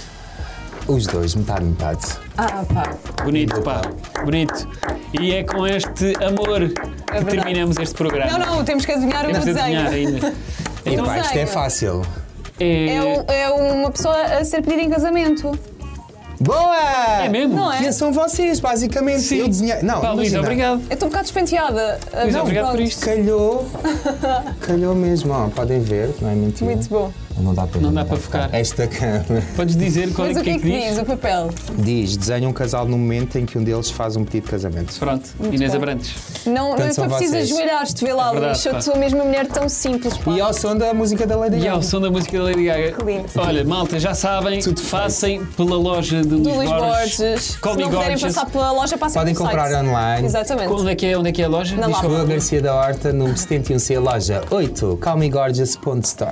Os dois, metade, metade. Ah, pá. Bonito, pá. Bonito. E é com este amor que verdade. terminamos este programa. Não, não, temos que adivinhar o Temos de desenho. adivinhar ainda. Então, Epá, isto é desenho. fácil. é... É, o- é uma pessoa a ser pedida em casamento. Boa! É mesmo? Não é? Que são vocês, basicamente. Sim. Eu desenhei. Não, Pá, Luís, imagina. obrigado. Eu estou um bocado despenteada. Ah, Luís, não, obrigado por pronto. isto. Calhou. Calhou mesmo, ó. Podem ver, não é mentira. Muito bom. Não dá para Não ver, dá para focar. Esta câmera Podes dizer qual Mas é o que, que é é que que diz? diz o papel? diz: desenha um casal no momento em que um deles faz um pedido de casamento. Pronto, Inês bom. Abrantes. Não, Portanto, não são foi preciso vocês. ajoelhar-te, vê lá, É verdade, Luís. Eu pá. sou mesmo uma mulher tão simples, pá. E ao som da música da Lady E ao Gaga. som da música da Lady Gaga. Que lindo. Olha, malta, já sabem, Tudo passem pela loja de Do Luís Luís Borges. Borges. Call Se me não puderem Gorgeous. passar pela loja, passem Podem pelo comprar site. online. Exatamente. Onde é que é, onde é, que é a loja? Na Diz Lapa. lá. Rua Garcia da Horta, número setenta e um C, loja oito, calmegorgeous ponto store.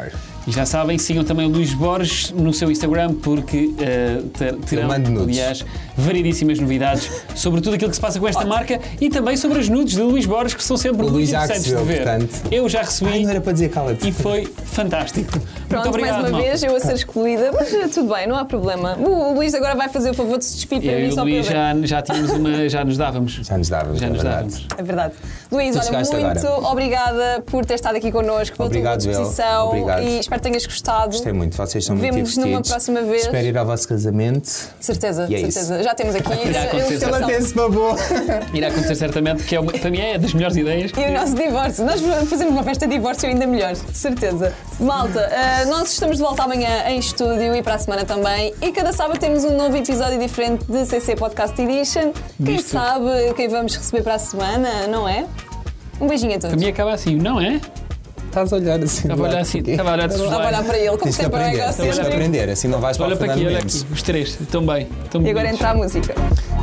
E já sabem, sigam também o Luís Borges no seu Instagram, porque uh, ter, terão, aliás, variedíssimas novidades sobre tudo aquilo que se passa com esta oh. marca e também sobre as nudes de Luís Borges, que são sempre o muito Luís interessantes recebeu, de ver. Portanto... Eu já recebi. Ai, não era para dizer cala-te. E foi fantástico. Pronto, muito obrigado, mais uma malta. vez, eu a ser excluída, mas tudo bem, não há problema. O Luís agora vai fazer o favor de se despedir para mim só para eu ver. Já, já tínhamos uma. Já nos dávamos. Já nos dávamos, já é nos verdade. dávamos. É verdade. Luís, olha, muito agora. obrigada por ter estado aqui connosco, pela Obrigado, tua disposição Obrigado. e espero que tenhas gostado. Gostei muito, vocês são muito Vemo-nos divertidos. numa próxima vez. Espero ir ao vosso casamento. Certeza, e é certeza. Isso. Já temos aqui a ilustração. Ela tem-se babou. Irá acontecer certamente, que é uma, também é das melhores ideias. E o nosso divórcio. Nós fazemos uma festa de divórcio ainda melhor, de certeza. Malta, uh, nós estamos de volta amanhã em estúdio e para a semana também. E cada sábado temos um novo episódio diferente de C C Podcast Edition. Quem Visto. sabe quem vamos receber para a semana, não é? Um beijinho a todos. Para mim acaba assim, não é? Estás a olhar assim. Estava a olhar assim, estava a olhar de Estava a olhar para ele, como Tens de sempre é aprender, tens de egocêntrico. aprender, assim não vais para Olha o para aqui, Fernando olha Mendes. aqui, os três, estão bem. Estão E agora bonitos. entra a música.